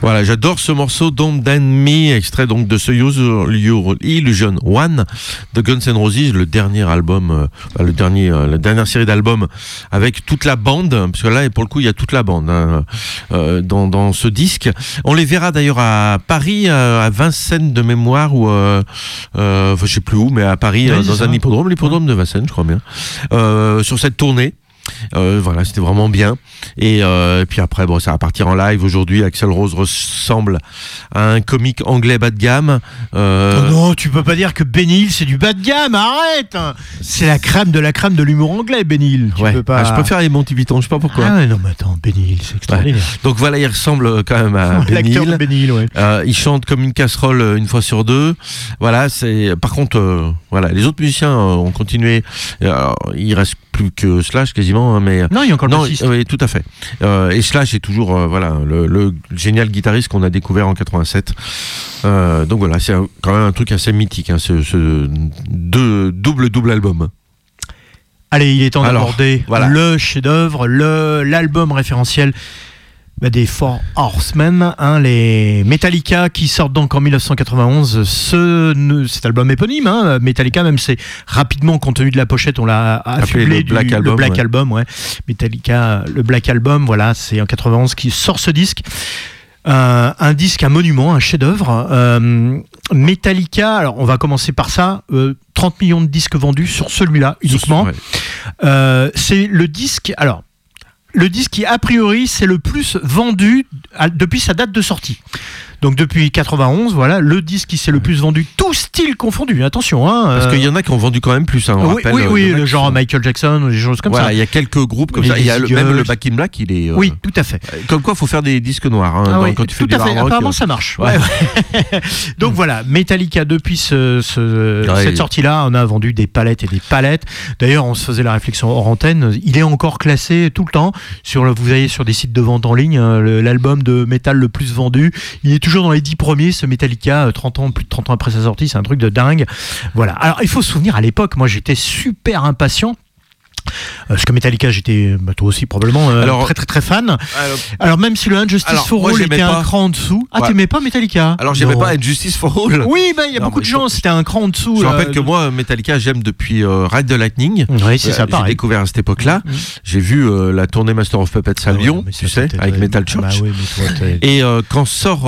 H: Voilà, j'adore ce morceau Don't Damn Me, extrait donc de ce Use Your Illusion One de Guns N' Roses, le dernier album, la dernière série d'albums avec toute la bande, parce que là pour le coup il y a toute la bande dans ce disque. On les verra d'ailleurs à Paris, à Vincennes de mémoire, ou je sais plus où, mais à Paris, dans un hippodrome, l'hippodrome de Vincennes, je crois bien, sur cette tournée. Voilà, c'était vraiment bien. Et puis après, ça va partir en live aujourd'hui. Axl Rose ressemble à un comique anglais bas de gamme.
G: Non, tu peux pas dire que Benny Hill c'est du bas de gamme. Arrête. C'est la crème de l'humour anglais, Benny Hill. Tu peux pas...
H: je préfère les Monty Python, je sais pas pourquoi.
G: Ah ouais, non mais attends, Benny Hill c'est extraordinaire.
H: Donc voilà, il ressemble quand même à Benny Hill.
G: L'acteur de Benny Hill, ouais.
H: Il chante comme une casserole une fois sur deux. Voilà, par contre, voilà, les autres musiciens ont continué. Il reste plus que Slash quasiment, mais
G: non, il y a encore le bassiste.
H: Oui, tout à fait. Et Slash est toujours le génial guitariste qu'on a découvert en 87. Donc voilà, c'est quand même un truc assez mythique, hein, ce double album.
G: Allez, il est temps d'aborder le chef-d'œuvre, l'album référentiel des Four Horsemen, les Metallica, qui sortent donc en 1991 cet album éponyme, Metallica, même c'est rapidement, compte tenu de la pochette, on l'a affublé le Black Album, ouais. Metallica, le Black Album, voilà, c'est en 91 qui sort ce disque. Un disque, un monument, un chef-d'œuvre. Metallica, alors on va commencer par ça, 30 millions de disques vendus sur celui-là uniquement. C'est le disque, le disque qui, a priori, c'est le plus vendu depuis sa date de sortie. Donc depuis 91, voilà, le disque qui s'est le plus vendu, tout style confondu, attention.
H: Parce qu'il y en a qui ont vendu quand même plus, on rappelle.
G: Oui, le genre Michael Jackson, ou des choses comme ça.
H: Il y a quelques groupes comme ça. Il y a même le Back in Black, il est...
G: Oui, tout à fait.
H: Comme quoi, il faut faire des disques noirs quand tu fais du hard rock.
G: Apparemment, ça marche. Ouais. Donc voilà, Metallica, depuis cette sortie-là, on a vendu des palettes et des palettes. D'ailleurs, on se faisait la réflexion hors antenne, il est encore classé tout le temps. Vous voyez sur des sites de vente en ligne, l'album de métal le plus vendu, il est toujours dans les 10 premiers, ce Metallica, plus de 30 ans après sa sortie, c'est un truc de dingue. Voilà. Alors, il faut se souvenir, à l'époque, moi, j'étais super impatient. Parce que Metallica, j'étais, toi aussi probablement, très très très fan. Alors même si le Injustice for All était un cran en dessous. T'aimais pas Metallica?
H: Alors j'aimais pas Injustice for All.
G: Oui, il y a beaucoup de gens, c'était un cran en dessous.
H: Je rappelle que moi, Metallica, j'aime depuis Ride the Lightning.
G: Oui, c'est ça, pareil.
H: J'ai découvert à cette époque-là. J'ai vu la tournée Master of Puppets à Lyon, tu sais, avec Metal Church. Et quand sort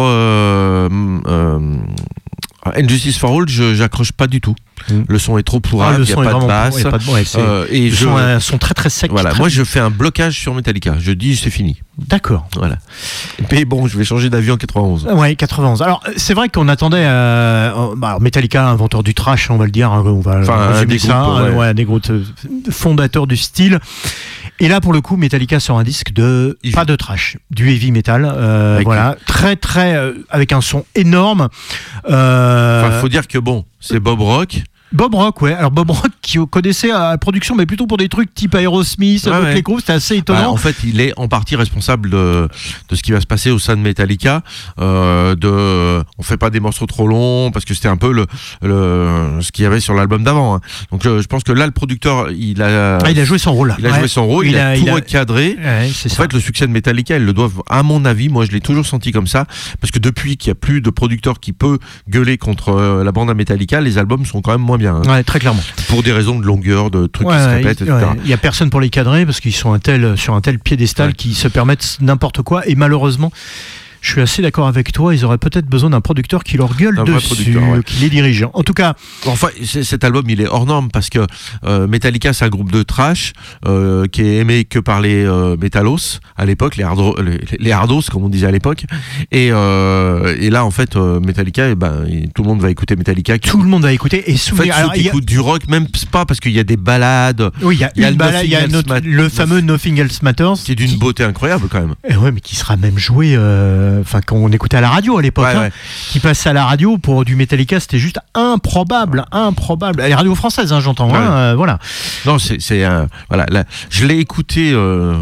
H: Injustice for All, j'accroche pas du tout. Le son est trop pourrave, il n'y a pas de basse.
G: Et un son très très sec.
H: Voilà, moi je fais un blocage sur Metallica. Je dis c'est fini.
G: D'accord.
H: Voilà. Mais bon, je vais changer d'avis en 91.
G: Ouais, 91. Alors c'est vrai qu'on attendait Metallica, inventeur du trash, on va le dire. On va résumer ça. Un des groupes fondateurs du style. Et là, pour le coup, Metallica sort un disque pas de trash, du heavy metal. Voilà, très très avec un son énorme.
H: Faut dire que c'est Bob Rock.
G: Bob Rock, ouais. Alors Bob Rock qui connaissait la production, mais plutôt pour des trucs type Aerosmith, les groupes, c'était assez étonnant.
H: En fait, il est en partie responsable de ce qui va se passer au sein de Metallica. On fait pas des morceaux trop longs parce que c'était un peu ce qu'il y avait sur l'album d'avant. Donc je pense que là, le producteur, il a joué son rôle. Il a joué son rôle. Il a tout recadré. En fait, le succès de Metallica, ils le doivent, à mon avis, moi je l'ai toujours senti comme ça, parce que depuis qu'il y a plus de producteur qui peut gueuler contre la bande à Metallica, les albums sont quand même moins bien.
G: Ouais, très clairement.
H: Pour des raisons de longueur, de trucs qui se répètent, etc.
G: Il n'y a personne pour les cadrer parce qu'ils sont sur un tel piédestal qu'ils se permettent n'importe quoi. Et malheureusement, je suis assez d'accord avec toi, ils auraient peut-être besoin d'un producteur qui leur gueule dessus, qui les dirige. En tout cas...
H: Enfin, cet album, il est hors norme parce que Metallica, c'est un groupe de trash qui est aimé que par les métallos à l'époque, les hardos, comme on disait à l'époque. Et là, en fait, Metallica, tout le monde va écouter Metallica.
G: Tout le monde va écouter. Et
H: souvent, ceux qui écoutent du rock, même pas parce qu'il y a des balades.
G: Oui, il y a le fameux Nothing Else Matters.
H: Qui est d'une beauté incroyable, quand même.
G: Ouais, mais qui sera même joué... qu'on écoutait à la radio à l'époque, qui passait à la radio pour du Metallica, c'était juste improbable. Les radios françaises, j'entends. Voilà.
H: Non, c'est voilà. Je l'ai écouté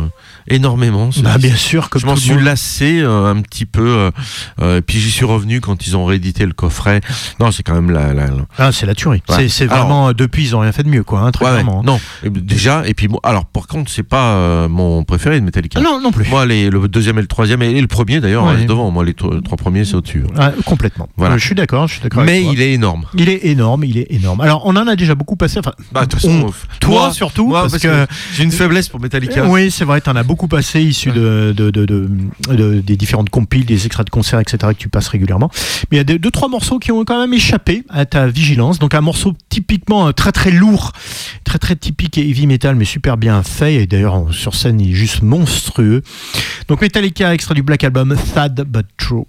H: énormément.
G: Bien sûr, comme
H: je m'en suis lassé un petit peu. Puis j'y suis revenu quand ils ont réédité le coffret. Non, c'est quand même
G: c'est la tuerie.
H: Ouais.
G: C'est vraiment depuis ils ont rien fait de mieux, quoi. Très clairement.
H: Non, déjà. Et puis alors par contre, c'est pas mon préféré de Metallica.
G: Non plus.
H: Moi, le deuxième et le troisième et le premier d'ailleurs reste devant. Moi, les trois premiers, c'est au-dessus.
G: Complètement.
H: Voilà.
G: Je suis d'accord.
H: Mais il est énorme.
G: Il est énorme. Alors, on en a déjà beaucoup passé. Enfin,
H: de toute façon,
G: toi surtout,
H: parce que j'ai une faiblesse pour Metallica.
G: Oui, c'est vrai. T'en as beaucoup passé, issus des différentes compiles, des extraits de concerts, etc. que tu passes régulièrement. Mais il y a 2-3 morceaux qui ont quand même échappé à ta vigilance. Donc un morceau typiquement très très lourd, très très typique et heavy metal, mais super bien fait. Et d'ailleurs sur scène, il est juste monstrueux. Donc Metallica, extrait du Black Album, Sad But True.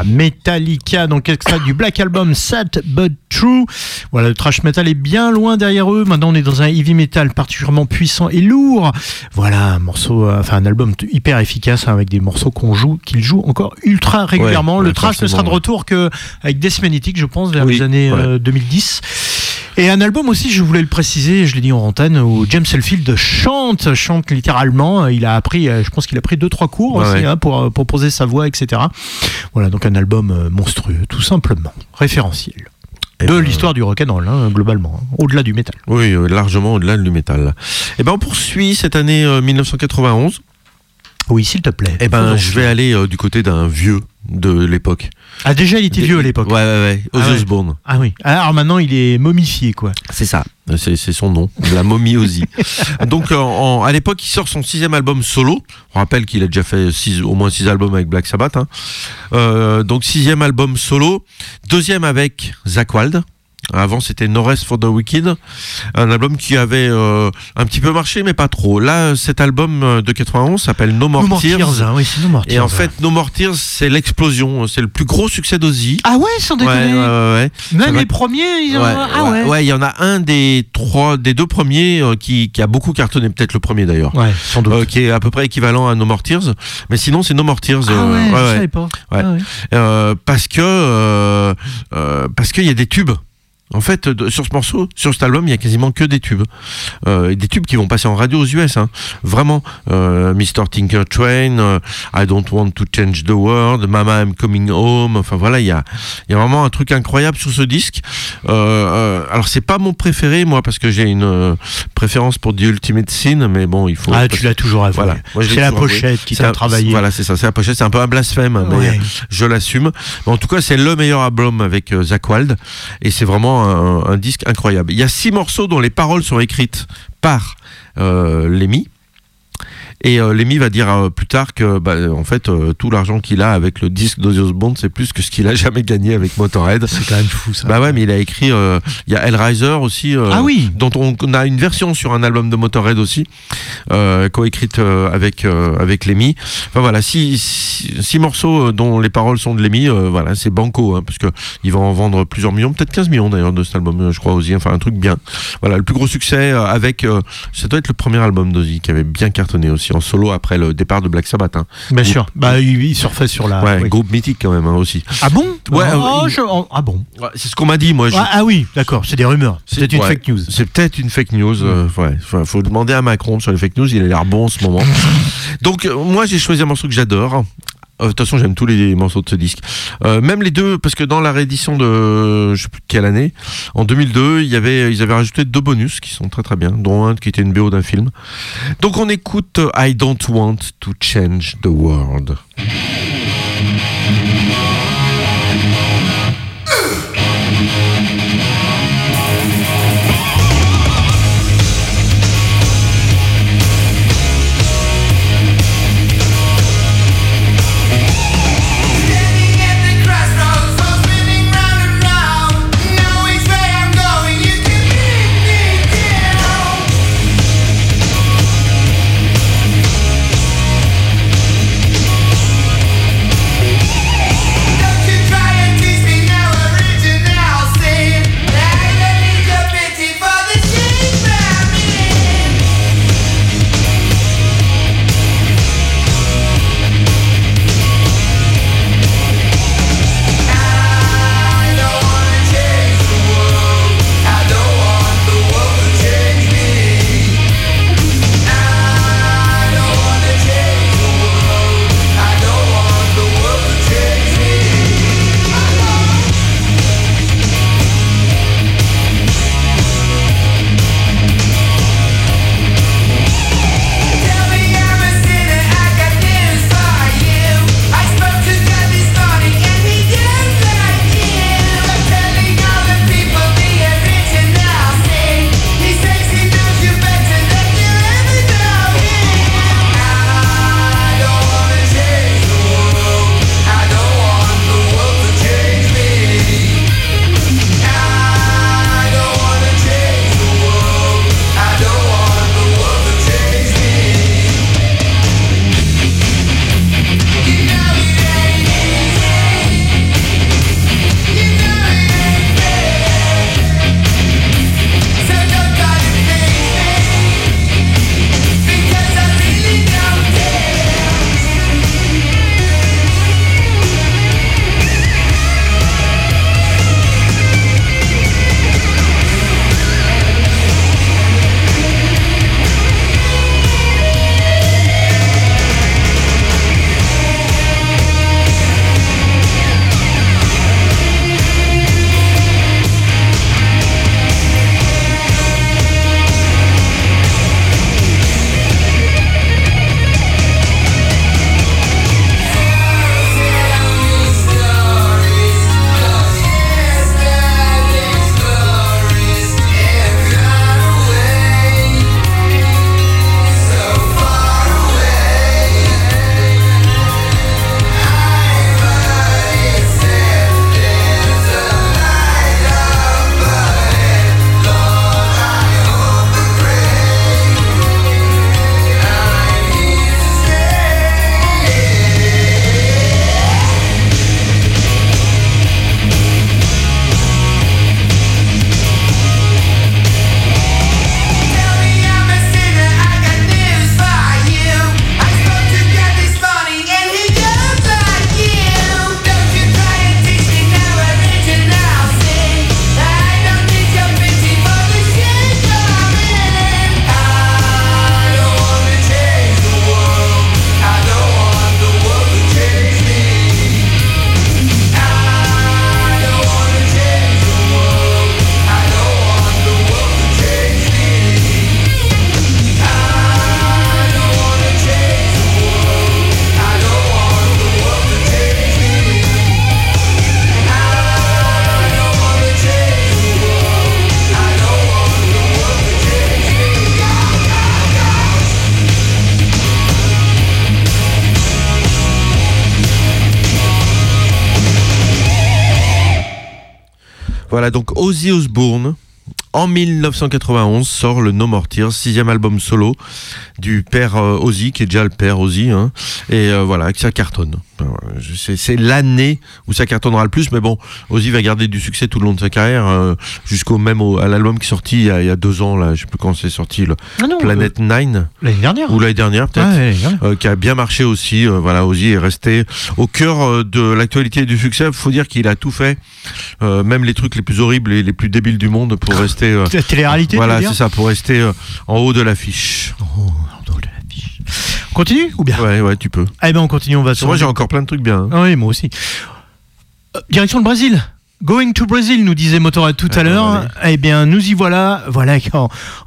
G: Metallica, donc extrait du Black Album Sad But True. Voilà, le thrash metal est bien loin derrière eux. Maintenant, on est dans un heavy metal particulièrement puissant et lourd. Voilà, un morceau, un album hyper efficace avec des morceaux qu'ils jouent encore ultra régulièrement. Le thrash ne sera de retour qu'avec Death Magnetic, je pense, vers les années 2010. Et un album aussi, je voulais le préciser, je l'ai dit en antenne, où James Hetfield chante littéralement. Il a appris, je pense qu'il a pris 2-3 cours aussi pour poser sa voix, etc. Voilà, donc un album monstrueux, tout simplement, référentiel. De l'histoire du rock'n'roll, globalement, au-delà du métal.
H: Oui, largement au-delà du métal. Et on poursuit cette année 1991.
G: Oui, s'il te plaît.
H: Je vais aller du côté d'un vieux de l'époque.
G: Ah, déjà, il était vieux à l'époque.
H: Ouais. Ozzy Osbourne.
G: Ah oui. Alors maintenant, il est momifié, quoi.
H: C'est ça. C'est son nom. La momie Ozzy. Donc, à l'époque, il sort son 6e album solo. On rappelle qu'il a déjà fait au moins 6 albums avec Black Sabbath. Donc, 6e album solo. 2e avec Zakk Wylde. Avant, c'était No Rest for the Wicked, un album qui avait un petit peu marché, mais pas trop. Là, cet album de 91 s'appelle No More Tears.
G: Oui, c'est No More Tears.
H: Et en fait, No More Tears, c'est l'explosion. C'est le plus gros succès d'Ozzy.
G: Ah ouais, sans déconner.
H: Ouais.
G: Même les premiers, ils ont...
H: Ouais, il y en a un des 2 premiers qui a beaucoup cartonné, peut-être le premier d'ailleurs.
G: Ouais, sans doute.
H: Qui est à peu près équivalent à No More Tears. Mais sinon, c'est No More Tears.
G: Je savais pas.
H: Ouais. Parce qu'il y a des tubes. En fait, sur ce morceau, sur cet album, il y a quasiment que des tubes. Des tubes qui vont passer en radio aux US. Vraiment. Mr. Tinker Train, I Don't Want to Change the World, Mama I'm Coming Home. Enfin voilà, il y a vraiment un truc incroyable sur ce disque. Alors, c'est pas mon préféré, moi, parce que j'ai une préférence pour The Ultimate Sin, mais bon, il faut...
G: tu l'as toujours avoué.
H: Voilà.
G: C'est la pochette qui t'a travaillé.
H: Voilà, c'est ça, c'est la pochette. C'est un peu un blasphème, mais je l'assume. Mais en tout cas, c'est le meilleur album avec Zakk Wylde. Et c'est vraiment un disque incroyable. Il y a 6 morceaux dont les paroles sont écrites par Lemmy. Et Lemmy va dire plus tard que en fait tout l'argent qu'il a avec le disque d'Ozzy Osbourne, c'est plus que ce qu'il a jamais gagné avec Motorhead.
G: C'est quand même fou ça.
H: Mais il a écrit il y a Hellraiser aussi dont on a une version sur un album de Motorhead aussi coécrite avec Lemmy. Enfin voilà, 6 morceaux dont les paroles sont de Lemmy, voilà, c'est banco parce que il va en vendre plusieurs millions, peut-être 15 millions d'ailleurs de cet album, je crois Ozzy, enfin un truc bien. Voilà, le plus gros succès avec ça doit être le premier album d'Ozzy qui avait bien cartonné aussi en solo après le départ de Black Sabbath.
G: Bien sûr. Il surfait sur la...
H: groupe mythique quand même aussi.
G: Ah bon?
H: Ah bon? C'est ce qu'on m'a dit, moi.
G: Ah oui, d'accord, c'est des rumeurs. C'est peut-être une fake news.
H: C'est peut-être une fake news. Faut demander à Macron sur les fake news, il a l'air bon en ce moment. Donc moi j'ai choisi un morceau que j'adore. De toute façon, j'aime tous les morceaux de ce disque. Même les deux, parce que dans la réédition de, je sais plus de quelle année, en 2002, ils avaient rajouté 2 bonus qui sont très très bien, dont un qui était une BO d'un film. Donc on écoute I Don't Want to Change the World. Voilà, donc Ozzy Osbourne, en 1991, sort le No More Tears, 6e album solo du père Ozzy, qui est déjà le père Ozzy, hein, et voilà, que ça cartonne. C'est l'année où ça cartonnera le plus, mais bon, Ozzy va garder du succès tout le long de sa carrière, jusqu'au même à l'album qui est sorti il y a 2 ans, là, je sais plus quand c'est sorti, le Planet 9.
G: L'année dernière.
H: Ou l'année dernière, peut-être, qui a bien marché aussi. Voilà, Ozzy est resté au cœur de l'actualité et du succès. Il faut dire qu'il a tout fait, même les trucs les plus horribles et les plus débiles du monde pour rester.
G: La télé-réalité.
H: Voilà, c'est ça, pour rester en haut de l'affiche.
G: En haut de l'affiche. On continue ou bien?
H: Ouais, tu peux.
G: Eh ben on continue, on va.
H: Moi j'ai encore plein de trucs bien. Hein.
G: Ah oui, moi aussi. Direction le Brésil. Going to Brazil, nous disait Motorhead tout à l'heure. Eh bien, nous y voilà. Voilà qu'en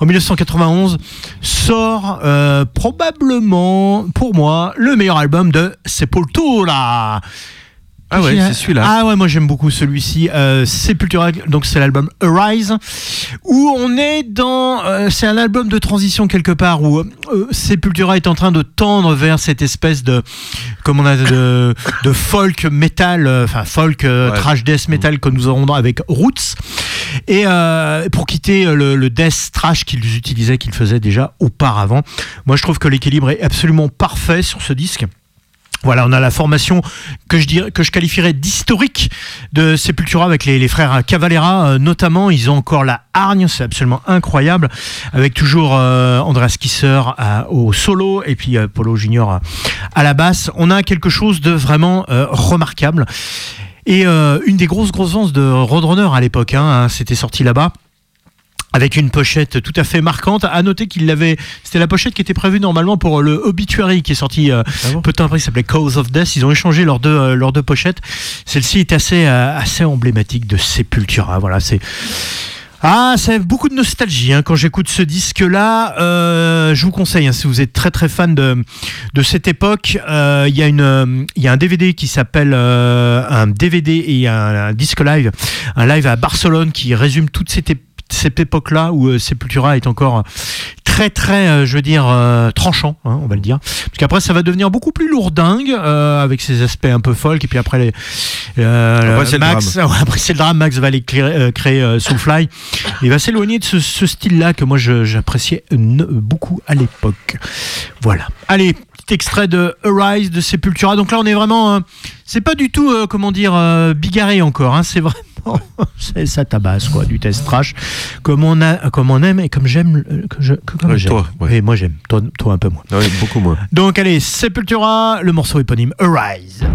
G: 1991 sort probablement, pour moi, le meilleur album de Sepultura.
H: Ah ouais, c'est celui-là.
G: Ah ouais, moi j'aime beaucoup celui-ci. Sepultura, donc c'est l'album Arise, où on est dans... c'est un album de transition quelque part, où Sepultura est en train de tendre vers cette espèce de... Comme on a de folk metal, enfin folk trash death metal que nous aurons avec Roots. Et pour quitter le death trash qu'ils utilisaient, qu'ils faisaient déjà auparavant. Moi je trouve que l'équilibre est absolument parfait sur ce disque. Voilà, on a la formation que je qualifierais d'historique de Sepultura avec les frères Cavalera, notamment. Ils ont encore la hargne, c'est absolument incroyable, avec toujours Andreas Kisser au solo et puis Polo Junior à la basse. On a quelque chose de vraiment remarquable. Et une des grosses ventes de Roadrunner à l'époque, hein, c'était sorti là-bas. Avec une pochette tout à fait marquante. À noter c'était la pochette qui était prévue normalement pour le Obituary qui est sorti peu de temps après, qui s'appelait Cause of Death. Ils ont échangé leurs deux pochettes. Celle-ci est assez emblématique de Sepultura. Voilà, c'est beaucoup de nostalgie hein, quand j'écoute ce disque-là. Je vous conseille, hein, si vous êtes très très fan de cette époque, il y a un DVD qui s'appelle un DVD et un disque live, un live à Barcelone qui résume toute cette époque-là où Sepultura est encore très très, je veux dire, tranchant, hein, on va le dire. Parce qu'après ça va devenir beaucoup plus lourdingue avec ses aspects un peu folk. Et puis après après c'est le drame. Max va aller créer Soulfly. Il va s'éloigner de ce style-là que moi j'appréciais beaucoup à l'époque. Voilà. Allez, petit extrait de Arise de Sepultura. Donc là on est vraiment, c'est pas du tout bigarré encore. Hein, c'est vraiment ça tabasse quoi, du test trash comme on aime et comme j'aime comme j'aime.
H: Toi, ouais.
G: Et moi j'aime, toi un peu moins.
H: Ouais, beaucoup moins.
G: Donc allez, Sepultura, le morceau éponyme Arise.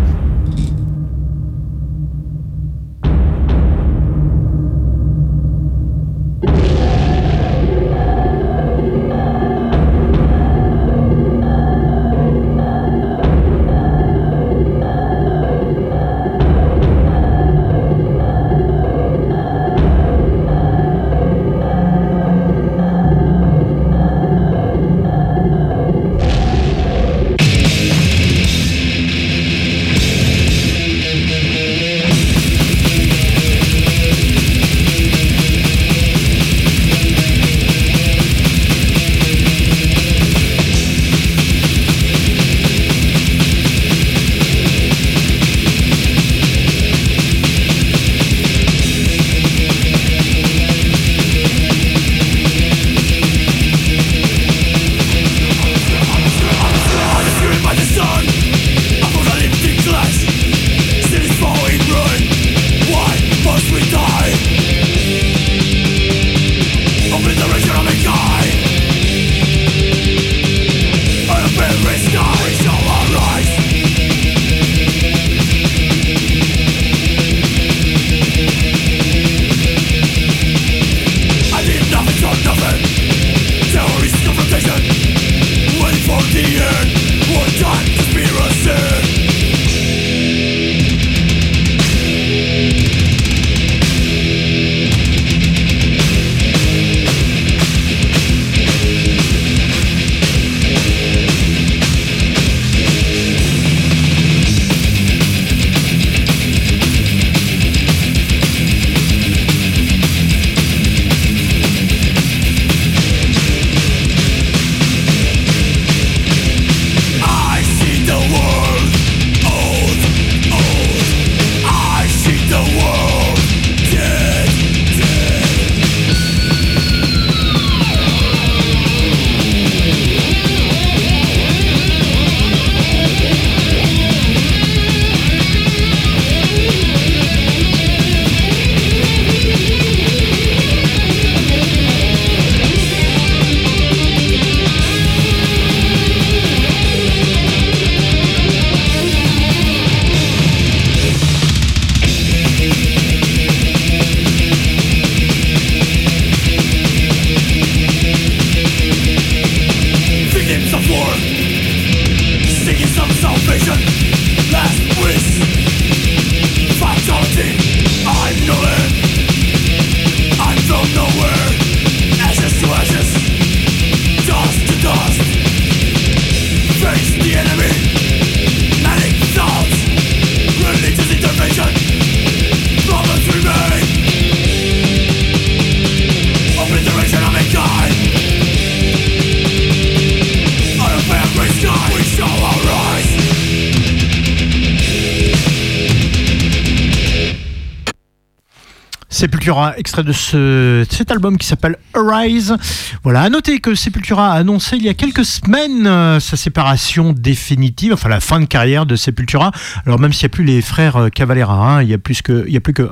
G: Sepultura, extrait de cet album qui s'appelle Arise. Voilà, à noter que Sepultura a annoncé il y a quelques semaines sa séparation définitive, enfin la fin de carrière de Sepultura. Alors même s'il n'y a plus les frères Cavalera, il y a plus que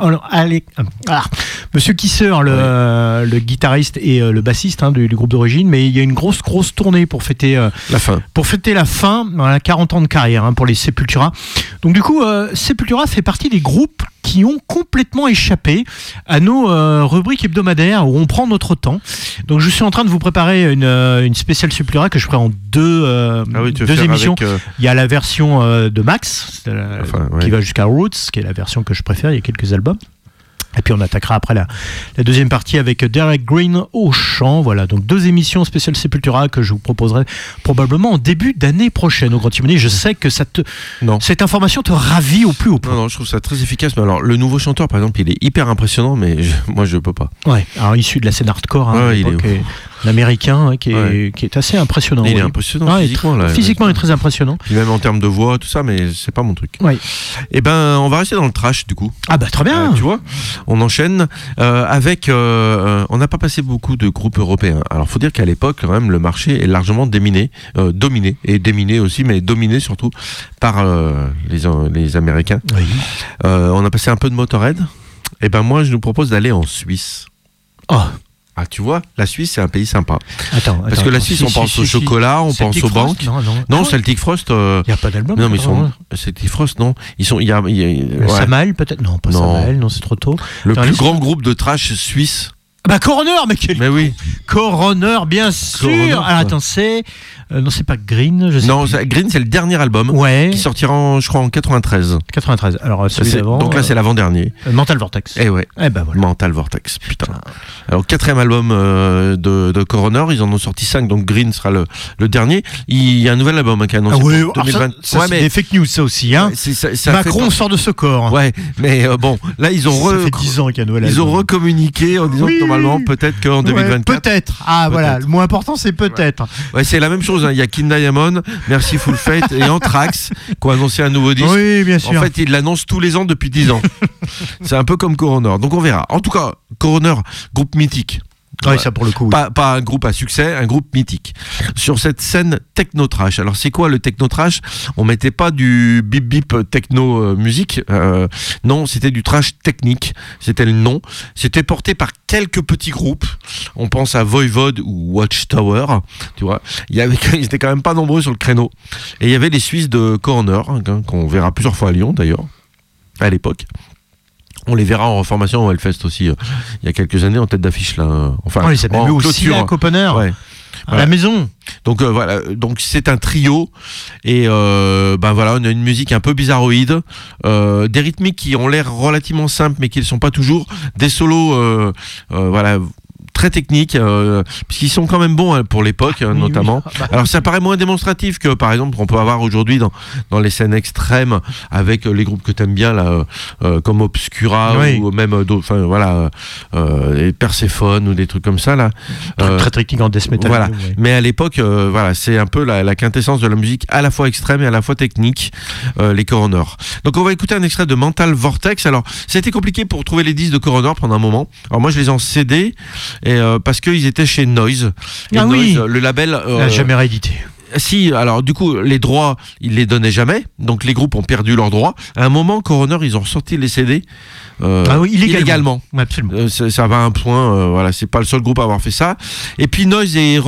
G: Monsieur Kisser, le guitariste et le bassiste du groupe d'origine, mais il y a une grosse tournée pour fêter la fin, voilà, 40 ans de carrière pour les Sepultura. Donc du coup, Sepultura fait partie des groupes qui ont complètement échappé à nos rubriques hebdomadaires où on prend notre temps. Donc je suis en train de vous préparer une spéciale Sepultura que je ferai en deux émissions. Il y a la version de Max, qui va jusqu'à Roots, qui est la version que je préfère, il y a quelques albums. Et puis on attaquera après la deuxième partie avec Derek Green au chant. Voilà, donc 2 émissions spéciales Sepultura que je vous proposerai probablement en début d'année prochaine au Grand Timonier. Je sais que cette information te ravit au plus haut point.
H: Non, je trouve ça très efficace. Mais alors, le nouveau chanteur, par exemple, il est hyper impressionnant, mais moi je peux pas.
G: Ouais, alors issu de la scène hardcore, l'américain, qui est assez impressionnant.
H: Il est impressionnant physiquement.
G: Physiquement, il est très impressionnant.
H: Puis même en termes de voix, tout ça, mais c'est pas mon truc.
G: Ouais.
H: Et ben, on va rester dans le trash du coup.
G: Ah bah très bien.
H: Tu vois, on enchaîne avec. On n'a pas passé beaucoup de groupes européens. Alors, faut dire qu'à l'époque, quand même, le marché est largement dominé et déminé aussi, mais dominé surtout par les Américains.
G: Oui.
H: On a passé un peu de Motorhead. Et ben moi, je nous propose d'aller en Suisse.
G: Oh.
H: Ah, tu vois, la Suisse, c'est un pays sympa.
G: Parce
H: que la Suisse, on pense au chocolat, on pense aux banques. Non, Celtic Frost.
G: Il n'y a pas d'album.
H: Non, mais Celtic Frost, non. Ils sont.
G: Samael, peut-être. Non, pas Samael, non, c'est trop tôt.
H: Le plus grand groupe de trash suisse.
G: Bah Coroner,
H: mais oui.
G: Coroner, bien sûr. Alors attends, non, c'est pas Green, je sais.
H: Non, Green, c'est le dernier album qui sortira, je crois, en 93.
G: 93. Alors celui d'avant.
H: Donc là, c'est l'avant-dernier.
G: Mental Vortex.
H: Eh ouais.
G: Eh ben voilà.
H: Mental Vortex. Putain. Alors 4e album de Coroner, ils en ont sorti 5, donc Green sera le dernier. Il y a un nouvel album qui est annoncé pour 2020.
G: Ça c'est des fake news, ça aussi, hein. Macron sort de ce corps.
H: Ouais, mais bon, là ils ont
G: ça fait 10 ans qu'il y a un nouvel album.
H: Ils ont recommuniqué en disant que normalement, peut-être qu'en 2024.
G: Peut-être. Ah voilà, le mot important c'est peut-être.
H: Ouais, c'est la même chose. Il y a King Diamond, Mercyful Fate et Anthrax qui ont annoncé un nouveau disque.
G: Oui, bien sûr.
H: En fait, ils l'annoncent tous les ans depuis 10 ans. C'est un peu comme Coroner. Donc on verra. En tout cas, Coroner, groupe mythique.
G: Oui, ça pour le coup.
H: Pas un groupe à succès, un groupe mythique. Sur cette scène techno-trash. Alors c'est quoi le techno-trash ? On mettait pas du bip-bip techno-musique. Non, c'était du trash technique. C'était le nom. C'était porté par quelques petits groupes. On pense à Voivod ou Watchtower. Tu vois, ils étaient quand même pas nombreux sur le créneau. Et il y avait les Suisses de Coroner, qu'on verra plusieurs fois à Lyon d'ailleurs, à l'époque. On les verra en reformation au Hellfest aussi il y a quelques années en tête d'affiche là.
G: Enfin, ils s'appellent aussi à Copenhague, à la maison.
H: Donc voilà, donc c'est un trio et voilà, on a une musique un peu bizarroïde, des rythmiques qui ont l'air relativement simples mais qui ne le sont pas toujours, des solos voilà, très techniques, puisqu'ils sont quand même bons pour l'époque, notamment. Oui. Alors ça paraît moins démonstratif que par exemple qu'on peut avoir aujourd'hui dans les scènes extrêmes avec les groupes que t'aimes bien là, comme Obscura ou même Perséphone ou des trucs comme ça là.
G: Très technique en death metal.
H: Voilà. Mais à l'époque, voilà, c'est un peu la quintessence de la musique à la fois extrême et à la fois technique, les Coroner. Donc on va écouter un extrait de Mental Vortex. Alors c'était compliqué pour trouver les disques de Coroner pendant un moment. Alors moi je les ai en CD. Et parce qu'ils étaient chez Noise. Et Noise, le label
G: n'a jamais réédité.
H: Si, alors du coup, les droits, ils les donnaient jamais. Donc les groupes ont perdu leurs droits. À un moment, Coroner, ils ont ressorti les CD. Illégalement.
G: Absolument.
H: Ça va à un point, voilà, c'est pas le seul groupe à avoir fait ça. Et puis Noise est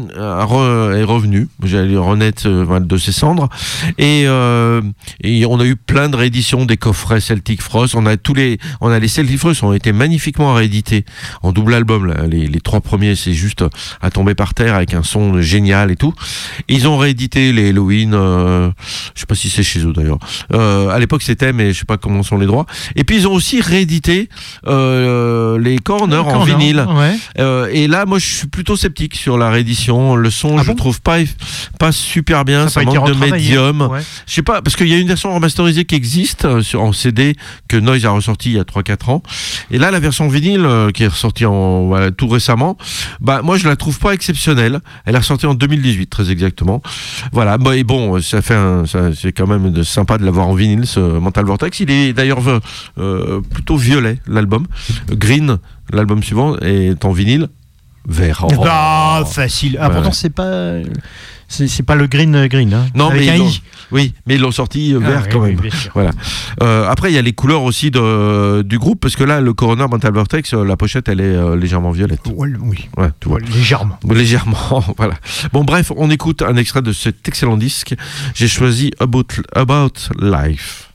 H: revenu, j'allais renaître de ses cendres. Et on a eu plein de rééditions des coffrets Celtic Frost. On a les Celtic Frost ont été magnifiquement réédités en double album. Là. Les 3 premiers, c'est juste à tomber par terre avec un son génial et tout. Et ils ont réédité les Halloween. Je sais pas si c'est chez eux d'ailleurs. À l'époque c'était, mais je sais pas comment sont les droits. Et puis ils ont aussi réédité les Coroner en vinyle. Ouais. Et là, moi, je suis plutôt sceptique sur la réédition. Le son, je trouve pas super bien. Ça manque de médium. Ouais. Je sais pas, parce qu'il y a une version remasterisée qui existe en CD que Noise a ressorti il y a 3-4 ans. Et là, la version vinyle qui est ressortie tout récemment, moi, je la trouve pas exceptionnelle. Elle est ressortie en 2018, très exactement. Voilà. Et bon, c'est quand même sympa de l'avoir en vinyle, ce Mental Vortex. Il est d'ailleurs plutôt violet, l'album. Green, l'album suivant, est en vinyle vert.
G: Facile. Pourtant, c'est pas le green, hein.
H: Non,
G: avec
H: mais
G: un
H: ils l'ont sorti vert quand même.
G: bien sûr.
H: Voilà. Après, il y a les couleurs aussi du groupe, parce que là, le Coroner Mental Vortex, la pochette, elle est légèrement violette.
G: Oui.
H: Ouais, tu vois.
G: Légèrement.
H: Légèrement, voilà. Bon, bref, on écoute un extrait de cet excellent disque. J'ai choisi About Life.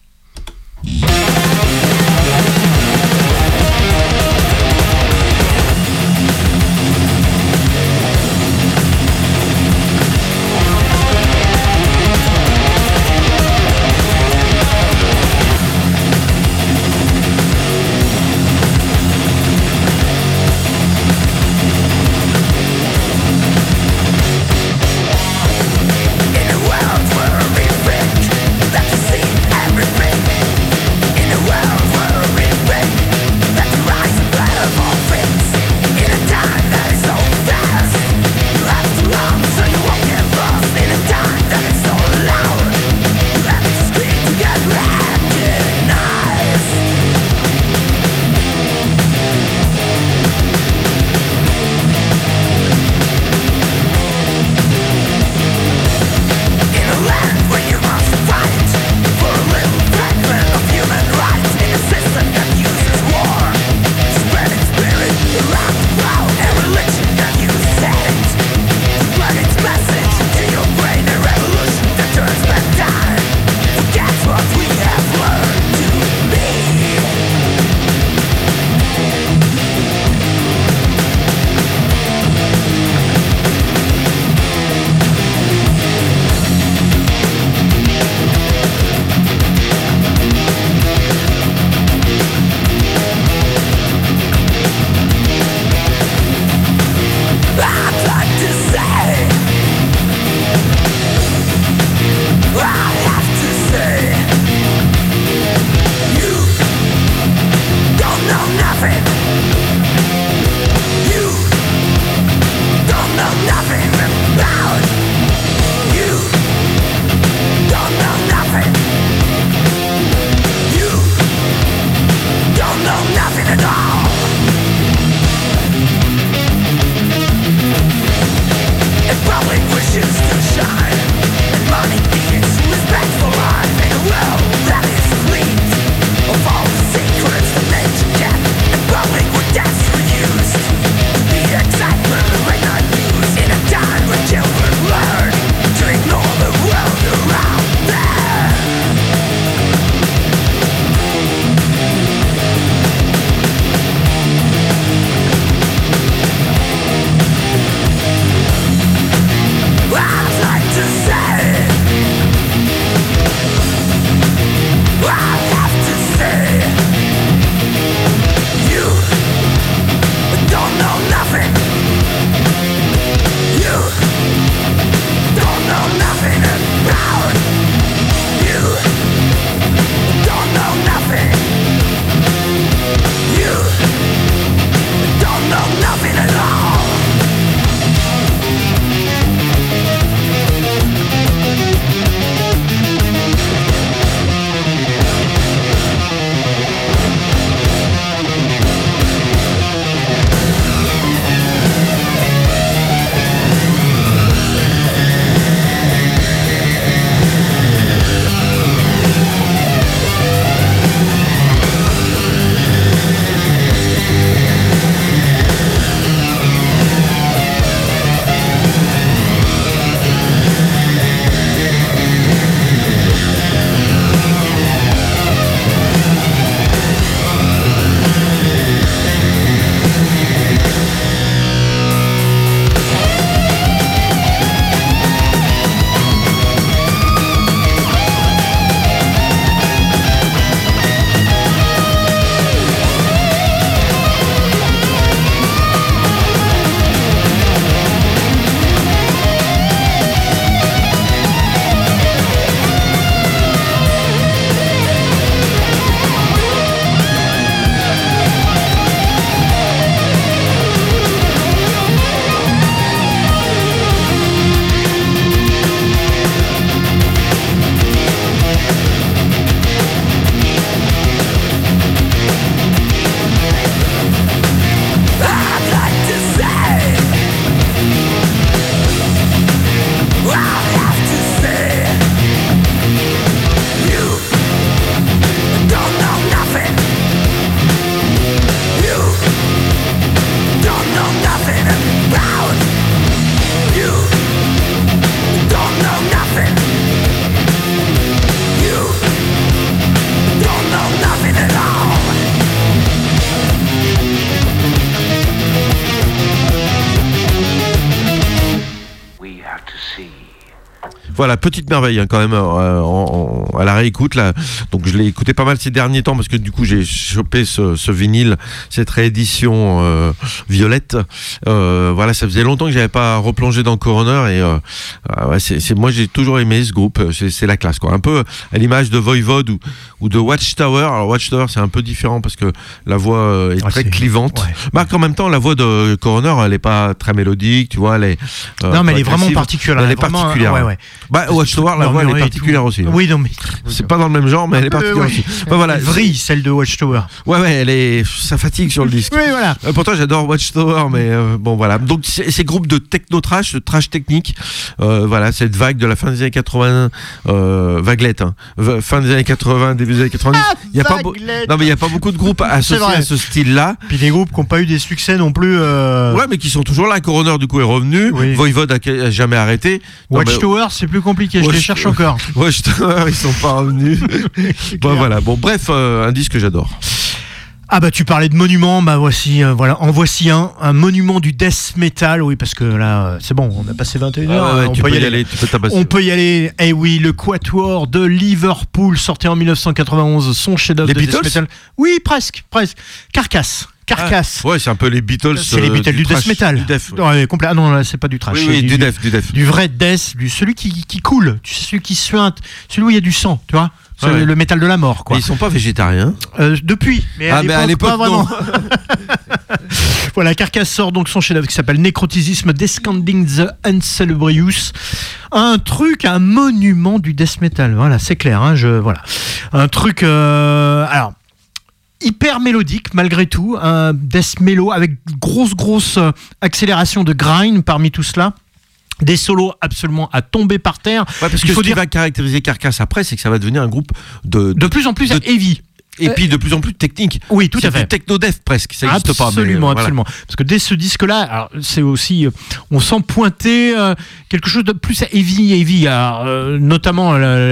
I: In a world where
H: Voilà, petite merveille quand même à la réécoute là. Donc je l'ai écouté pas mal ces derniers temps parce que du coup j'ai chopé ce vinyle, cette réédition violette. Voilà, ça faisait longtemps que j'avais pas replongé dans Coroner et moi j'ai toujours aimé ce groupe. C'est la classe quoi. Un peu à l'image de Voivod ou de Watchtower. Alors Watchtower c'est un peu différent parce que la voix est très clivante. Ouais. Marc, en même temps la voix de Coroner elle est pas très mélodique, tu vois. Elle est
G: non mais elle est vraiment particulière.
H: Elle est particulière. Ouais. Bah Watchtower la voix elle est particulière aussi.
G: Oui non mais
H: c'est pas dans le même genre mais elle est particulière aussi. Bah, voilà.
G: Elle vrille celle de Watchtower.
H: Ouais ça fatigue sur le disque.
G: Oui voilà.
H: Pourtant j'adore Watchtower mais bon voilà. Donc ces groupes de techno trash, de trash technique, voilà cette vague de la fin des années 80, vaguelette, hein. Fin des années 80, début des années 90. Il y a pas il y a pas beaucoup de groupes associés à ce style-là.
G: Puis des groupes qui n'ont pas eu des succès non plus.
H: Ouais mais qui sont toujours là. Coroner du coup est revenu. Oui. Voivod a jamais arrêté.
G: Watchtower c'est plus compliqué. Je les cherche encore.
H: Watchtower ils sont pas revenus. Bon voilà. Bon bref un disque que j'adore.
G: Ah bah tu parlais de monument, bah voici en voici un monument du death metal, oui parce que là c'est bon, on a passé 21h, on peut y aller. On peut y aller. Eh oui, le Quatuor de Liverpool sorti en 1991, son chef-d'œuvre de death metal. Oui, presque. Carcass.
H: Ouais, c'est un peu les Beatles.
G: C'est les Beatles du death metal. Ah non, là, c'est pas du trash.
H: Oui, du death.
G: Du vrai death, celui qui coule, tu sais, celui qui suinte, celui où il y a du sang, tu vois. C'est le métal de la mort, quoi.
H: Mais ils sont pas végétariens.
G: Depuis. Mais à l'époque, pas vraiment. Voilà, Carcass sort donc son chef-d'œuvre qui s'appelle Necroticism Descending the Uncerebrious. Un monument du death metal. Voilà, c'est clair. Voilà. Un truc. Alors. Hyper mélodique malgré tout, un death mellow avec grosse accélération de grind parmi tout cela. Des solos absolument à tomber par terre.
H: Ouais, parce que ce qui va caractériser Carcass après, c'est que ça va devenir un groupe de
G: plus en plus heavy.
H: Et puis de plus en plus technique.
G: Oui, tout à fait.
H: C'est du techno-death presque, ça n'existe pas.
G: Absolument. Parce que dès ce disque-là, alors, c'est aussi, on sent pointer quelque chose de plus heavy. Alors, notamment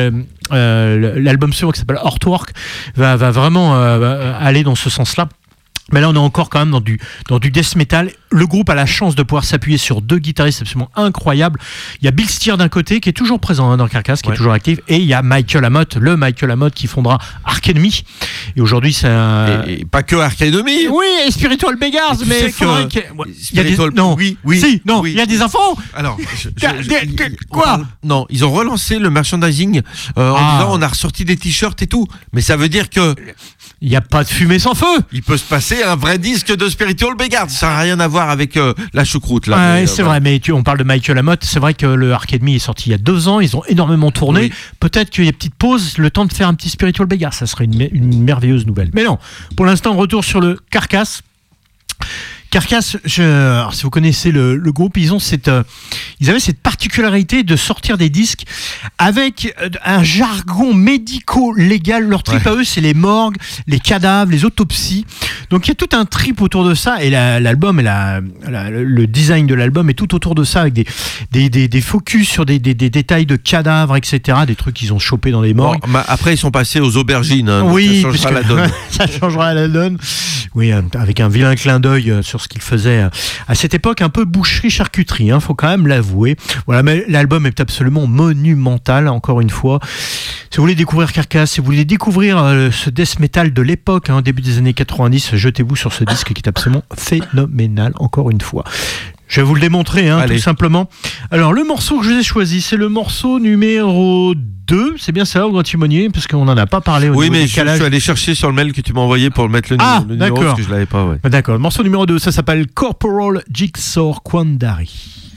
G: l'album suivant qui s'appelle Artwork va vraiment aller dans ce sens-là. Mais là, on est encore quand même dans du death metal. Le groupe a la chance de pouvoir s'appuyer sur deux guitaristes absolument incroyables. Il y a Bill Steer d'un côté, qui est toujours présent dans Carcass, qui est toujours actif, et il y a Michael Amott, qui fondera Ark Enemy. Et aujourd'hui, c'est
H: et pas que Ark Enemy.
G: Oui, et Spiritual Beggars, mais il y a des...
H: Non,
G: il y a des enfants.
H: Alors,
G: quoi?
H: Non, ils ont relancé le merchandising en disant on a ressorti des t-shirts et tout, mais ça veut dire que
G: il n'y a pas de fumée sans feu.
H: Il peut se passer un vrai disque de Spiritual Beggars. Ça n'a rien à voir avec la choucroute. Là,
G: c'est vrai, mais on parle de Michael Amott. C'est vrai que le Ark Enemy est sorti il y a 2 ans. Ils ont énormément tourné. Oui. Peut-être qu'il y a une petite pause, le temps de faire un petit Spiritual Beggars. Ça serait une merveilleuse nouvelle. Mais non, pour l'instant, retour sur le Carcass. Carcass, alors, si vous connaissez le groupe, ils avaient cette particularité de sortir des disques avec un jargon médico-légal. Leur trip à eux, c'est les morgues, les cadavres, les autopsies. Donc il y a tout un trip autour de ça, et l'album, le design de l'album est tout autour de ça, avec des focus sur des détails de cadavres, etc., des trucs qu'ils ont chopés dans les morgues.
H: Bon, après ils sont passés aux aubergines, hein,
G: oui,
H: ça changera la donne.
G: Ça changera la donne. Oui, avec un vilain clin d'œil sur ce qu'il faisait à cette époque, un peu boucherie-charcuterie, faut quand même l'avouer. Voilà, mais l'album est absolument monumental, encore une fois. Si vous voulez découvrir Carcass, si vous voulez découvrir ce death metal de l'époque, début des années 90, jetez-vous sur ce disque qui est absolument phénoménal, encore une fois. Je vais vous le démontrer, tout simplement. Alors, le morceau que je vous ai choisi, c'est le morceau numéro 2. C'est bien ça, au Grand Timonier, parce qu'on n'en a pas parlé au niveau
H: mais
G: du calage.
H: Je suis allé chercher sur le mail que tu m'as envoyé pour mettre le numéro, parce que je ne l'avais pas. Ouais.
G: D'accord, le morceau numéro 2, ça s'appelle Corporal Jigsaw Quandary.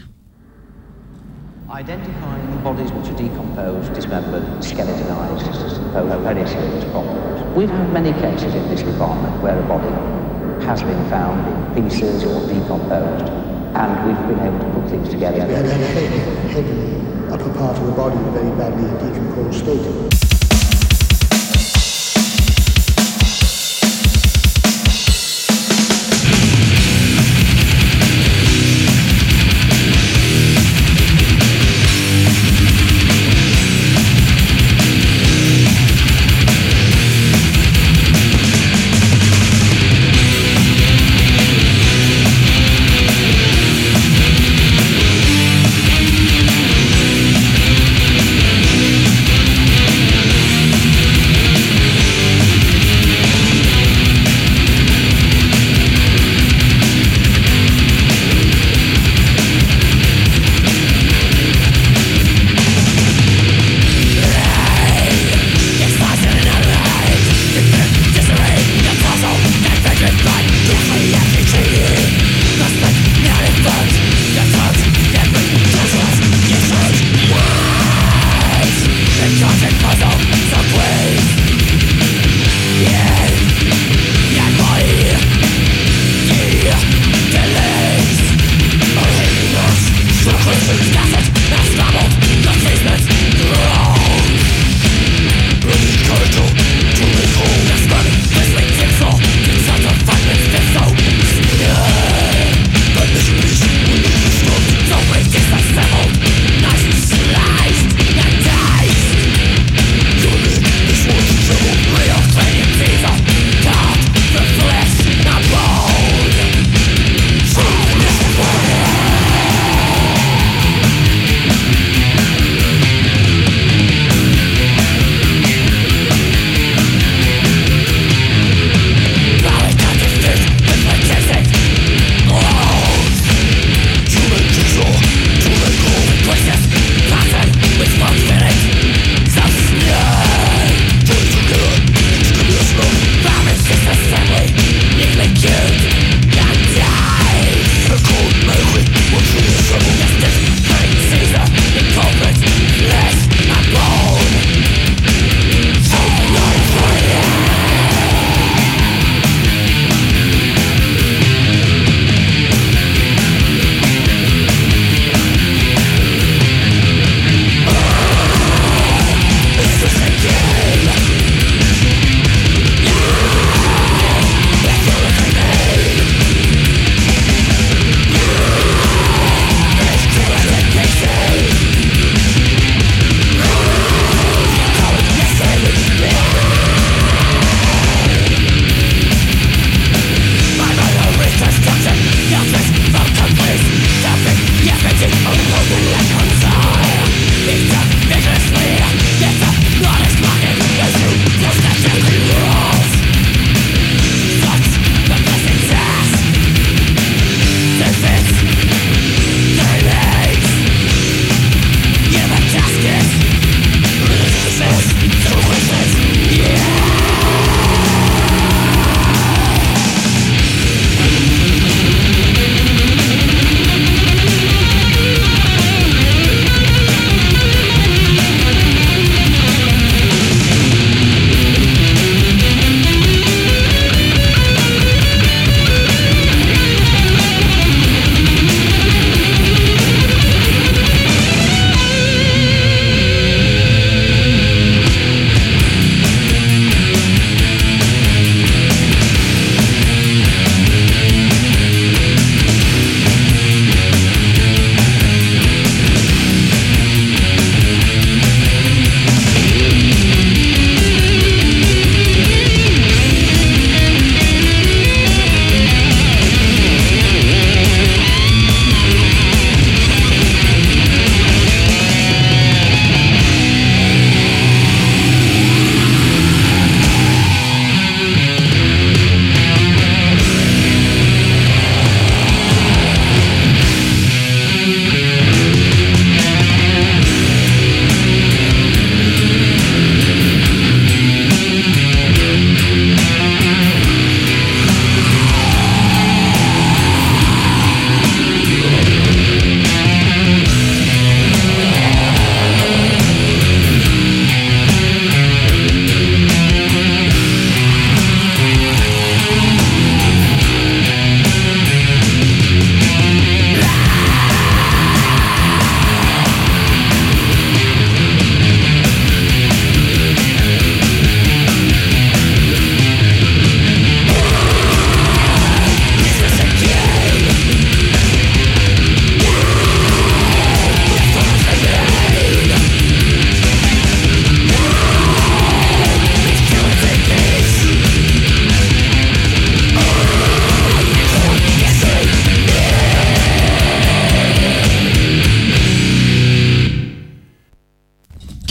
I: Identifying bodies which are decomposed, dismembered, skeletonized pose very serious problems. We've had many cases in this department where a body has been found in pieces or decomposed, and we've been able to put things together.
J: We had a head and the upper part of the body in a very badly decomposed state.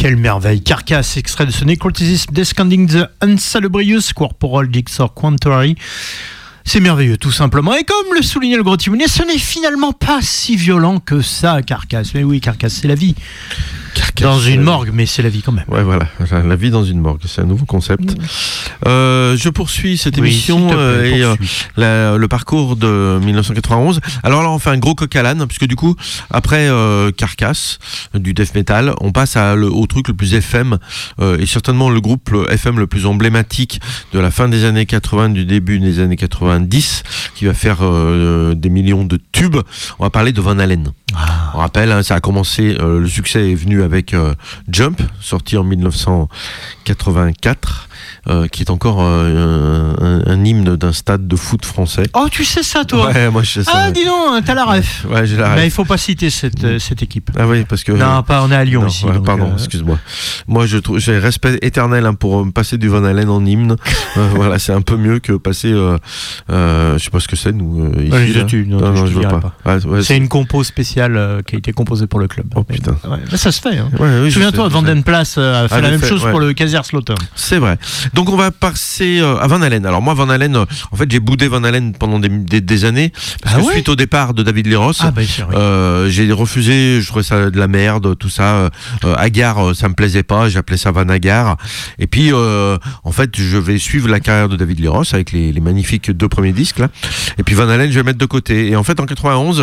G: Quelle merveille. Carcass, extrait de ce Necrotism Descending the Unsalubrious Corporal Jigsaw Quantary. C'est merveilleux, tout simplement. Et comme le soulignait le Gros Timonier, ce n'est finalement pas si violent que ça, Carcass. Mais oui, Carcass, c'est la vie. Carcass, dans une morgue, mais c'est la vie quand même.
H: Ouais, voilà. La vie dans une morgue, c'est un nouveau concept. Je poursuis cette émission et le parcours de 1991. Alors là, on fait un gros coq à l'âne, puisque du coup, après Carcass, du death metal, on passe au truc le plus FM, et certainement le groupe FM le plus emblématique de la fin des années 80, du début des années 90, qui va faire des millions de tubes. On va parler de Van Halen. On rappelle, ça a commencé, le succès est venu avec Jump, sorti en 1984. Qui est encore un hymne d'un stade de foot français.
G: Oh, tu sais ça, toi?
H: Ouais, moi je sais ça.
G: Ah, dis donc, t'as la ref.
H: Ouais, j'ai la ref.
G: Mais il faut pas citer cette équipe.
H: Ah oui, parce que...
G: Non, pas, on est à Lyon ici.
H: Ouais,
G: donc,
H: pardon, excuse-moi. Moi, j'ai respect éternel pour passer du Van Halen en hymne. Voilà, c'est un peu mieux que passer... je sais pas ce que c'est, nous, ici.
G: Non, je vois pas.
H: Ouais,
G: c'est une compo spéciale qui a été composée pour le club.
H: Oh putain.
G: Mais ça se fait. Hein.
H: Oui,
G: souviens-toi, Vandenplaats a fait la même chose pour le Kaiserslautern.
H: C'est vrai. Donc on va passer à Van Halen. Alors moi, Van Halen, en fait, j'ai boudé Van Halen pendant des années. Parce que suite au départ de David Lee Roth, j'ai refusé, je trouvais ça de la merde, tout ça. Hagar, ça me plaisait pas, j'appelais ça Van Hagar. Et puis, en fait, je vais suivre la carrière de David Lee Roth avec les magnifiques 2 premiers disques, là. Et puis Van Halen, je vais mettre de côté. Et en fait, en 91,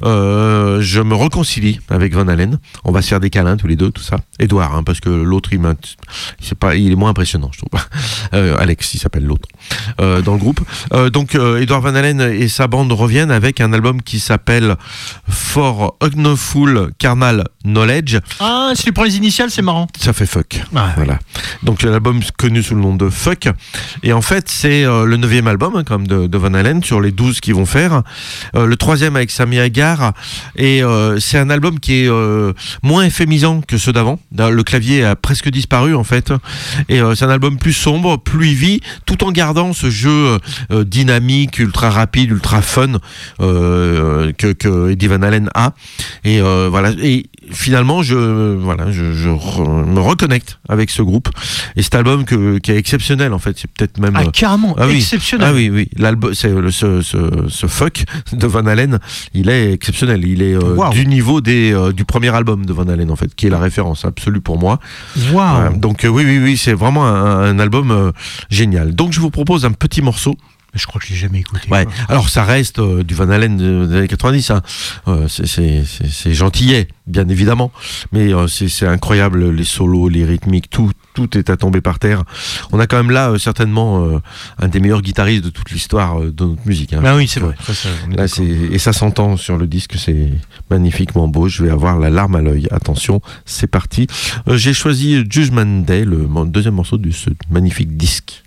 H: je me réconcilie avec Van Halen. On va se faire des câlins tous les deux, tout ça. Edouard, hein, parce que l'autre, il est moins impressionnant, je trouve. Alex, il s'appelle l'autre, dans le groupe. Donc, Edouard Van Halen et sa bande reviennent avec un album qui s'appelle For Ugnawful Carnal Knowledge.
G: Ah, si tu prends les initiales, c'est marrant.
H: Ça fait Fuck. Voilà. Donc, l'album connu sous le nom de Fuck. Et en fait, c'est le 9e album, hein, comme de Van Halen, sur les 12 qu'ils vont faire. Le 3e avec Sammy Hagar. Et c'est un album qui est moins euphémisant que ceux d'avant. Le clavier a presque disparu, en fait. Et c'est un album plus sombre, plus heavy, tout en gardant ce jeu dynamique, ultra rapide, ultra fun que Eddie Van Halen a. Et voilà. Et finalement, je me reconnecte avec ce groupe. Et cet album qui est exceptionnel, en fait, c'est peut-être même
G: carrément exceptionnel.
H: Ah oui. L'album, c'est ce Fuck de Van Halen, il est exceptionnel. Il est du niveau du premier album de Van Halen, en fait, qui est la référence absolue pour moi. Donc oui, c'est vraiment un album génial. Donc je vous propose un petit morceau.
G: Je crois que je l'ai jamais écouté.
H: Ouais. Alors ça reste du Van Halen des années 90. Hein. C'est gentillet, bien évidemment, mais c'est incroyable, les solos, les rythmiques, tout est à tomber par terre. On a quand même là certainement un des meilleurs guitaristes de toute l'histoire de notre musique. Hein.
G: Ah oui, c'est vrai.
H: Là, et ça s'entend sur le disque, c'est magnifiquement beau. Je vais avoir la larme à l'œil. Attention, c'est parti. J'ai choisi Judgment Day, le deuxième morceau de ce magnifique disque.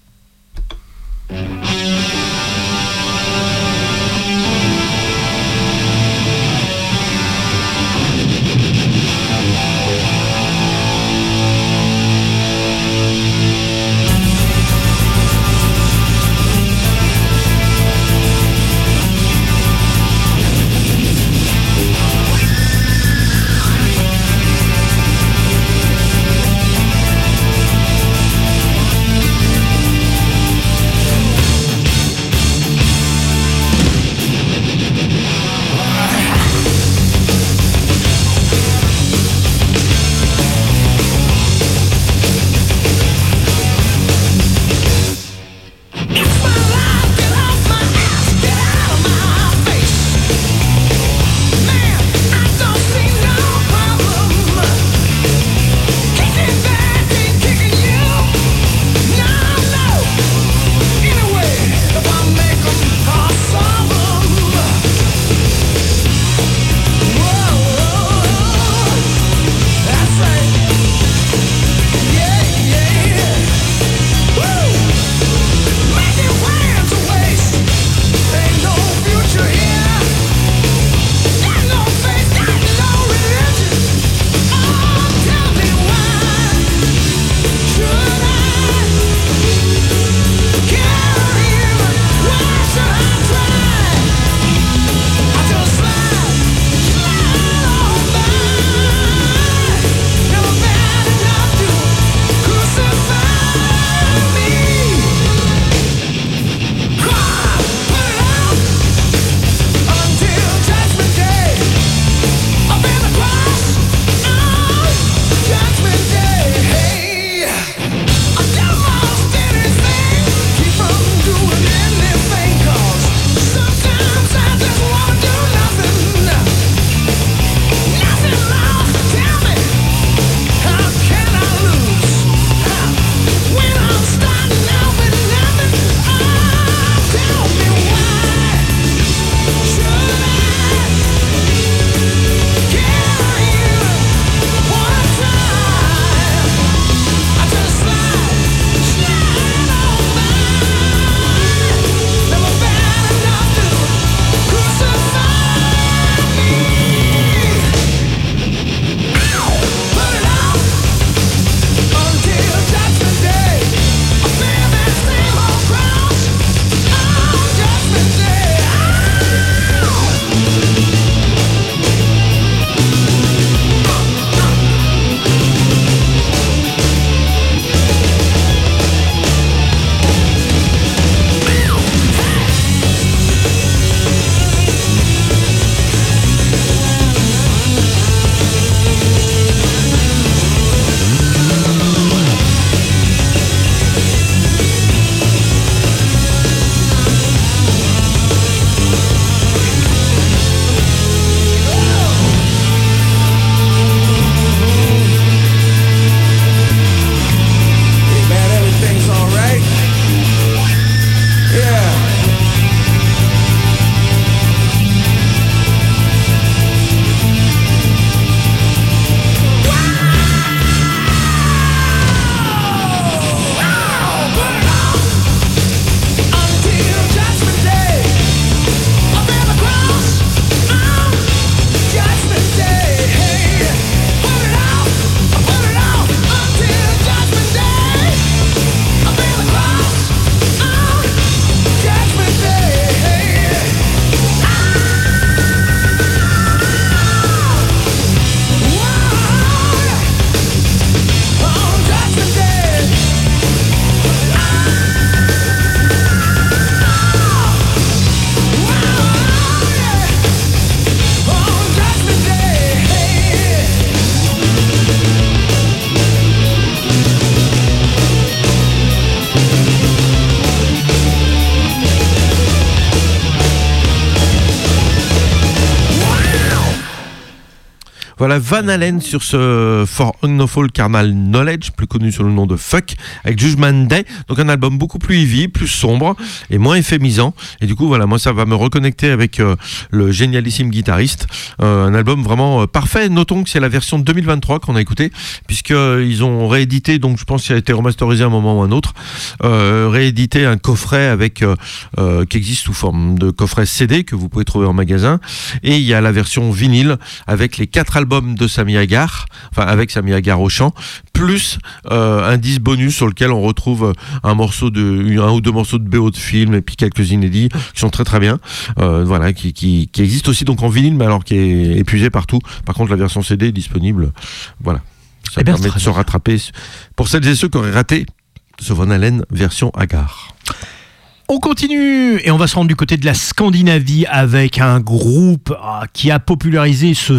H: Voilà, Van Halen sur ce For Unlawful Carnal Knowledge, plus connu sous le nom de Fuck, avec Judgment Day. Donc un album beaucoup plus heavy, plus sombre et moins euphémisant. Et du coup, voilà, moi ça va me reconnecter avec le génialissime guitariste. Un album vraiment parfait. Notons que c'est la version 2023 qu'on a écouté, puisqu'ils ont réédité, donc je pense qu'il a été remasterisé à un moment ou un autre, réédité un coffret avec qui existe sous forme de coffret CD que vous pouvez trouver en magasin. Et il y a la version vinyle avec les 4 albums de Sammy Hagar, enfin avec Sammy Hagar au chant, plus un disque bonus sur lequel on retrouve un ou deux morceaux de BO de film et puis quelques inédits qui sont très très bien. Voilà, qui existe aussi donc en vinyle, mais alors qui est épuisé partout. Par contre, la version CD est disponible. Voilà, ça permet de se rattraper pour celles et ceux qui auraient raté ce Van Halen version Hagar.
G: On continue et on va se rendre du côté de la Scandinavie avec un groupe qui a popularisé ce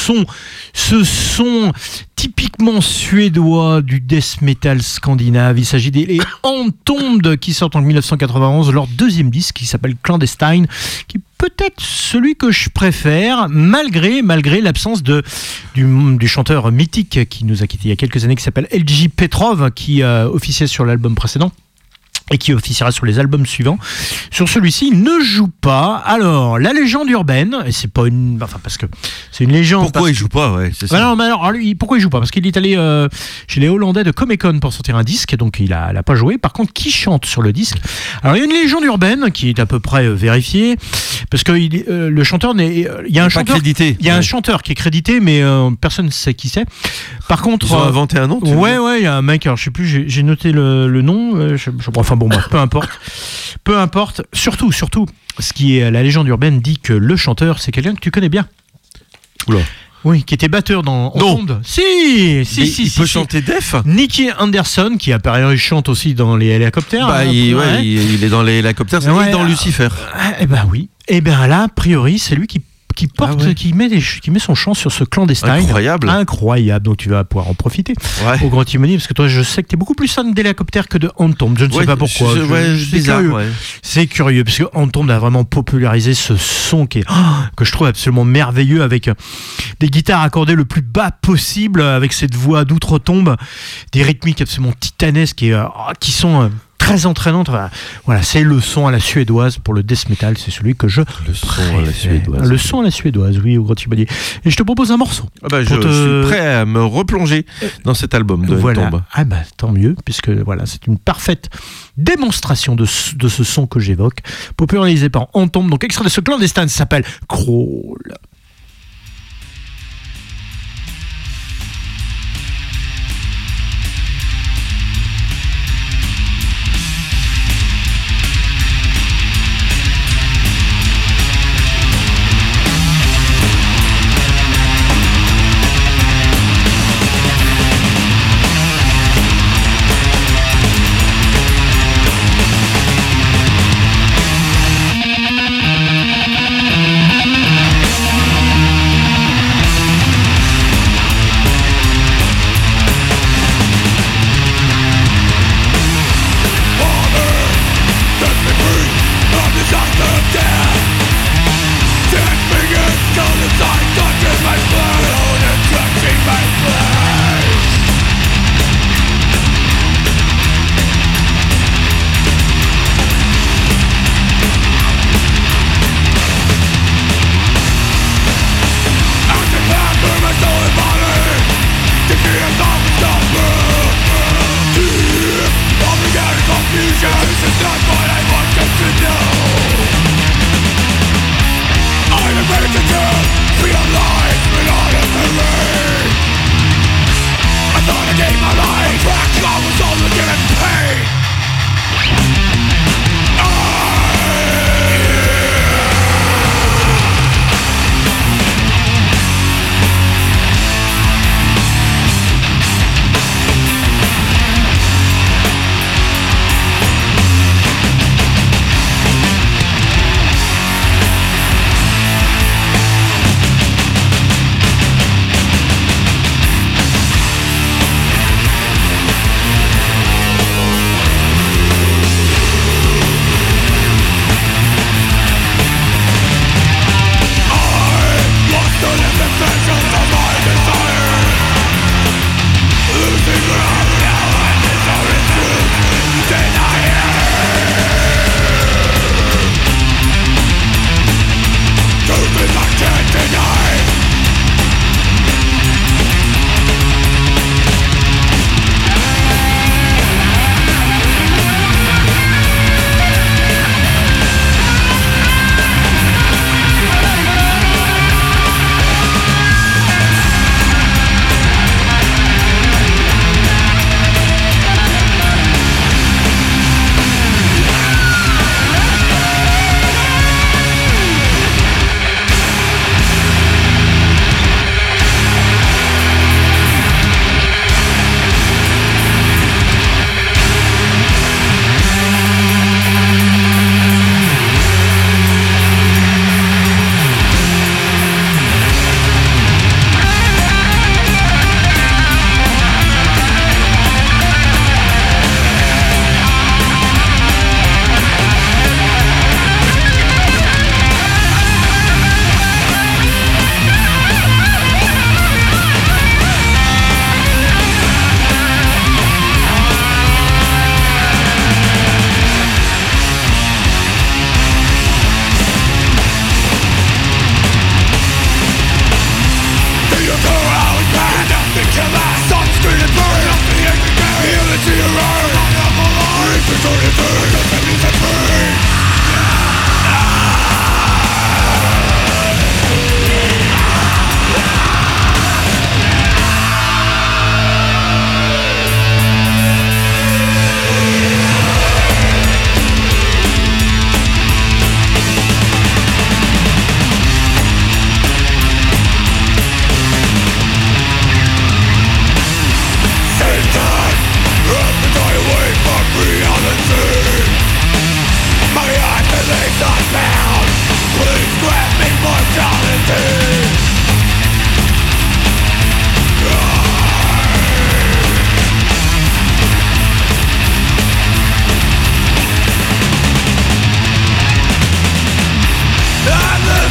G: son typiquement suédois du death metal scandinave. Il s'agit des Entombed qui sortent en 1991, leur deuxième disque qui s'appelle Clandestine, qui peut-être celui que je préfère, malgré l'absence du chanteur mythique qui nous a quittés il y a quelques années, qui s'appelle LJ Petrov, qui officiait sur l'album précédent et qui officiera sur les albums suivants. Sur celui-ci, il ne joue pas. Alors, la légende urbaine, et c'est pas une... Enfin, parce que c'est une légende...
H: Pourquoi il joue pas, ouais, c'est ça.
G: Non, mais alors, lui, pourquoi il joue pas ? Parce qu'il est allé chez les Hollandais de Comic-Con pour sortir un disque, donc il a pas joué. Par contre, qui chante sur le disque ? Alors, il y a une légende urbaine qui est à peu près vérifiée, parce que le chanteur n'est... Il y a un chanteur...
H: crédité.
G: Il y a un chanteur qui est crédité, mais personne ne sait qui c'est. Par contre...
H: Ils ont inventé un nom,
G: Ouais, il y a un mec, alors je sais plus, j'ai noté le nom, enfin bon, peu importe. Surtout, ce qui est la légende urbaine dit que le chanteur, c'est quelqu'un que tu connais bien.
H: Oula.
G: Oui, qui était batteur dans Entombed. Si.
H: Il peut chanter Def.
G: Nicky Anderson, qui par ailleurs il chante aussi dans les hélicoptères.
H: Il est dans les hélicoptères, c'est dans Lucifer.
G: Eh ben oui. Et bien là, a priori, c'est lui qui porte, qui met son chant sur ce Clandestine. Incroyable, donc tu vas pouvoir en profiter au Grand Timonier, parce que toi je sais que tu es beaucoup plus fan d'hélicoptère que de Entombed, je ne sais pas pourquoi.
H: C'est bizarre.
G: C'est curieux, parce que Entombed a vraiment popularisé ce son que je trouve absolument merveilleux, avec des guitares accordées le plus bas possible, avec cette voix d'outre-tombe, des rythmiques absolument titanesques qui sont... très entraînante. Voilà, c'est le son à la suédoise pour le death metal, c'est celui que je
H: préfère.
G: Le son à la suédoise, oui, au Grand Timonier. Et je te propose un morceau.
H: Je suis prêt à me replonger dans cet album de Entombed.
G: Tant mieux, puisque voilà, c'est une parfaite démonstration de ce son que j'évoque, popularisé par Entombed. Donc extrait de ce Clandestine, ça s'appelle Crawl.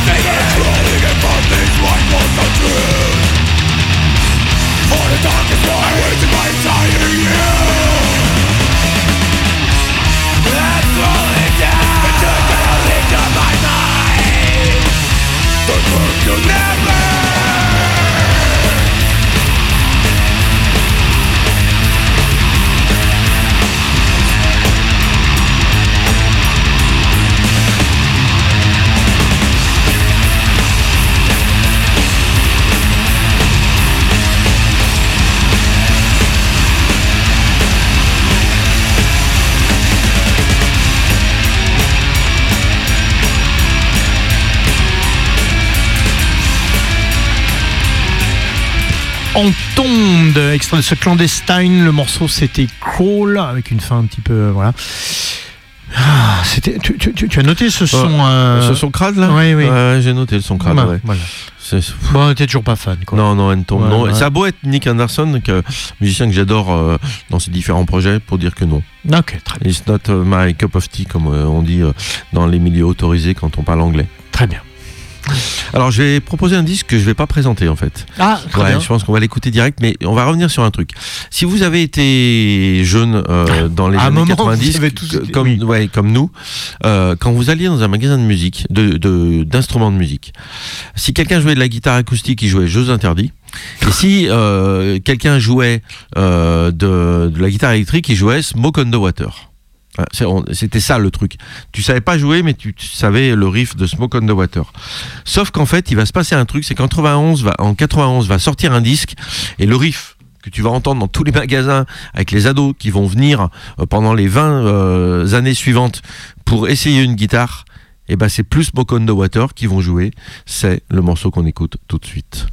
G: En tombe, extrait de ce Clandestine, le morceau c'était Crawl, avec une fin un petit peu, voilà. Ah, c'était, tu as noté ce son
H: ce son crade là?
G: Oui, oui.
H: J'ai noté le son crade, ouais.
G: Voilà. Bon, t'es toujours pas fan, quoi.
H: Non, Entombe, non.
G: Ouais.
H: Ça a beau être Nick Anderson, musicien que j'adore dans ses différents projets, pour dire que non.
G: Ok, très bien.
H: It's not my cup of tea, comme on dit dans les milieux autorisés quand on parle anglais.
G: Très bien.
H: Alors, je vais proposer un disque que je vais pas présenter en fait.
G: Ah, très bien.
H: Je pense qu'on va l'écouter direct, mais on va revenir sur un truc. Si vous avez été jeune dans les années 90, comme nous, quand vous alliez dans un magasin de musique, d'instruments de musique, si quelqu'un jouait de la guitare acoustique, il jouait Jeux interdits. Et si quelqu'un jouait de la guitare électrique, il jouait Smoke on the Water. C'était ça le truc. Tu savais pas jouer, mais tu savais le riff de Smoke on the Water. Sauf qu'en fait, il va se passer un truc, c'est qu'en 91 va sortir un disque, et le riff que tu vas entendre dans tous les magasins avec les ados qui vont venir pendant les 20 années suivantes pour essayer une guitare, et ben c'est plus Smoke on the Water qui vont jouer. C'est le morceau qu'on écoute tout de suite.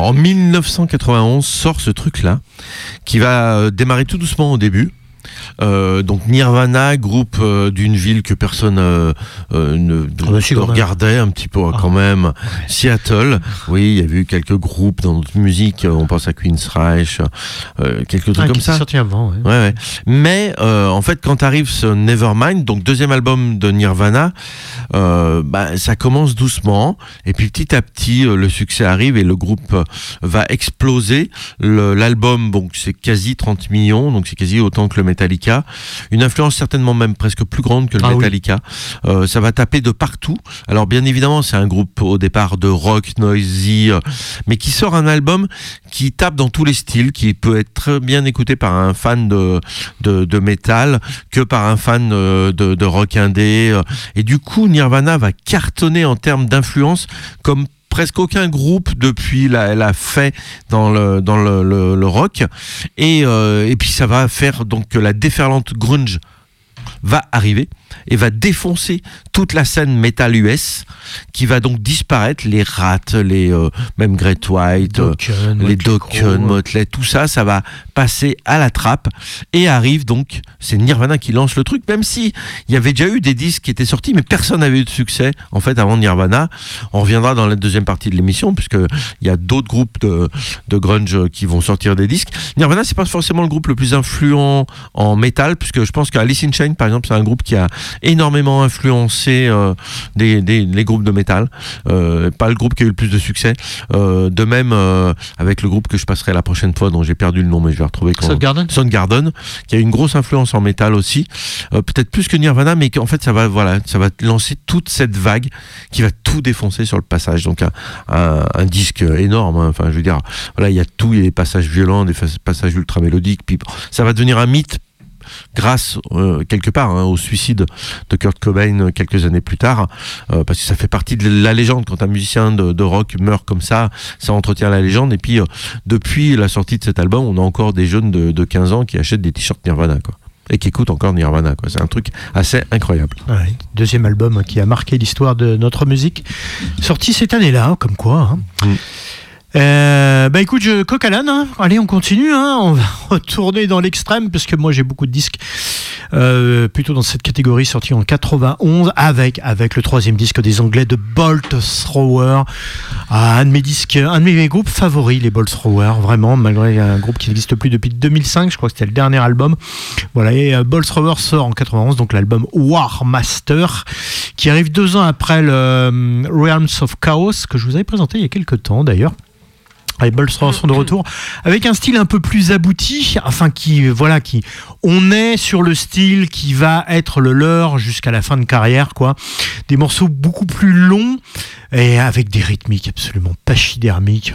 H: Alors en 1991 sort ce truc-là qui va démarrer tout doucement au début. Donc Nirvana, groupe d'une ville que personne ne regardait un petit peu quand même. Seattle, oui, il y avait eu quelques groupes dans notre musique, on pense à Queensryche, quelques trucs comme ça.
G: Sorti avant, ouais.
H: Ouais. Mais en fait, quand arrive ce Nevermind, donc deuxième album de Nirvana, ça commence doucement et puis petit à petit le succès arrive et le groupe va exploser. L'album, donc c'est quasi 30 millions, donc c'est quasi autant que le Metallica. Une influence certainement même presque plus grande que le Metallica. Oui. Ça va taper de partout. Alors bien évidemment, c'est un groupe au départ de rock noisy, mais qui sort un album qui tape dans tous les styles, qui peut être très bien écouté par un fan de métal que par un fan de rock indé. Et du coup, Nirvana va cartonner en termes d'influence comme presque aucun groupe depuis l'a fait dans le rock et puis ça va faire donc que la déferlante grunge va arriver et va défoncer toute la scène métal US qui va donc disparaître, les Rats, même Great White, les Dokken, Motley, tout ça va passer à la trappe et arrive donc, c'est Nirvana qui lance le truc, même si il y avait déjà eu des disques qui étaient sortis mais personne n'avait eu de succès en fait avant Nirvana. On reviendra dans la deuxième partie de l'émission puisque il y a d'autres groupes de grunge qui vont sortir des disques. Nirvana c'est pas forcément le groupe le plus influent en métal puisque je pense qu'Alice in Chains par exemple c'est un groupe qui a énormément influencé les groupes de métal, pas le groupe qui a eu le plus de succès, de même avec le groupe que je passerai la prochaine fois dont j'ai perdu le nom mais je vais retrouver Soundgarden, qui a une grosse influence en métal aussi, peut-être plus que Nirvana mais en fait ça va lancer toute cette vague qui va tout défoncer sur le passage, donc un disque énorme, hein. Enfin je veux dire voilà, il y a tout, il y a des passages violents, des passages ultra mélodiques, puis ça va devenir un mythe grâce quelque part au suicide de Kurt Cobain quelques années plus tard, parce que ça fait partie de la légende quand un musicien de rock meurt comme ça entretient la légende. Et puis depuis la sortie de cet album on a encore des jeunes de 15 ans qui achètent des t-shirts Nirvana quoi, et qui écoutent encore Nirvana quoi. C'est un truc assez incroyable.
G: Ouais, deuxième album qui a marqué l'histoire de notre musique, sorti cette année-là, hein, comme quoi hein. Écoute, coq à l'âne, hein. Allez, on continue, hein. On va retourner dans l'extrême parce que moi j'ai beaucoup de disques plutôt dans cette catégorie, sorti en 91 avec le troisième disque des Anglais de Bolt Thrower, un de mes groupes favoris, les Bolt Thrower, vraiment, malgré un groupe qui n'existe plus depuis 2005, je crois que c'était le dernier album. Voilà, et Bolt Thrower sort en 91, donc l'album War Master, qui arrive 2 ans après le Realms of Chaos que je vous avais présenté il y a quelques temps d'ailleurs. Les Bolt Thrower sont de retour avec un style un peu plus abouti, enfin on est sur le style qui va être le leur jusqu'à la fin de carrière quoi. Des morceaux beaucoup plus longs et avec des rythmiques absolument pachydermiques,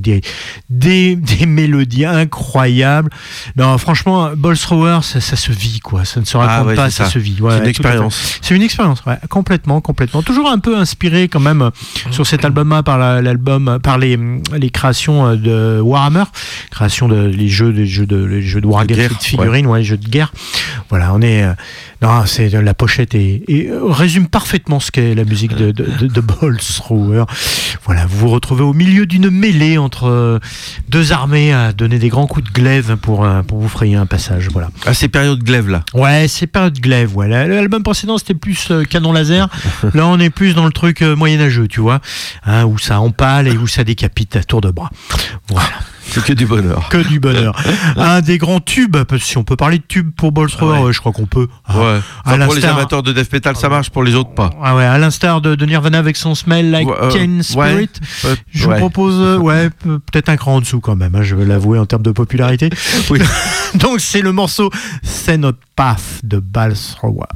G: des mélodies incroyables. Non, franchement, Bolt Thrower, ça se vit quoi, ça ne se raconte pas, ça se vit. Ouais,
H: c'est une expérience.
G: C'est une expérience, ouais, complètement. Toujours un peu inspiré quand même sur cet album-là par les créations de Warhammer, création de les jeux de Wargame, de figurines, les jeux de guerre. Voilà, on est c'est la pochette et résume parfaitement ce qu'est la musique de Bolt Thrower. Voilà, vous vous retrouvez au milieu d'une mêlée entre deux armées à donner des grands coups de glaive pour vous frayer un passage. Voilà.
H: Ah, ces périodes glaive là.
G: Ouais, ces périodes glaive. Ouais. L'album précédent c'était plus canon laser. Là, on est plus dans le truc moyenâgeux, tu vois, hein, où ça empale et où ça décapite à tour de bras. Voilà.
H: C'est que du bonheur.
G: Que du bonheur. Un des grands tubes, parce que si on peut parler de tubes pour Bolt Thrower, je crois qu'on peut.
H: Ouais. Enfin, pour les amateurs de death metal, ça marche, pour les autres, pas.
G: Ah ouais, à l'instar de Nirvana avec son Smell Like Teen Spirit, je vous propose peut-être un cran en dessous quand même, hein, je vais l'avouer en termes de popularité. Oui. Donc c'est le morceau Cenopath de Bolt Thrower.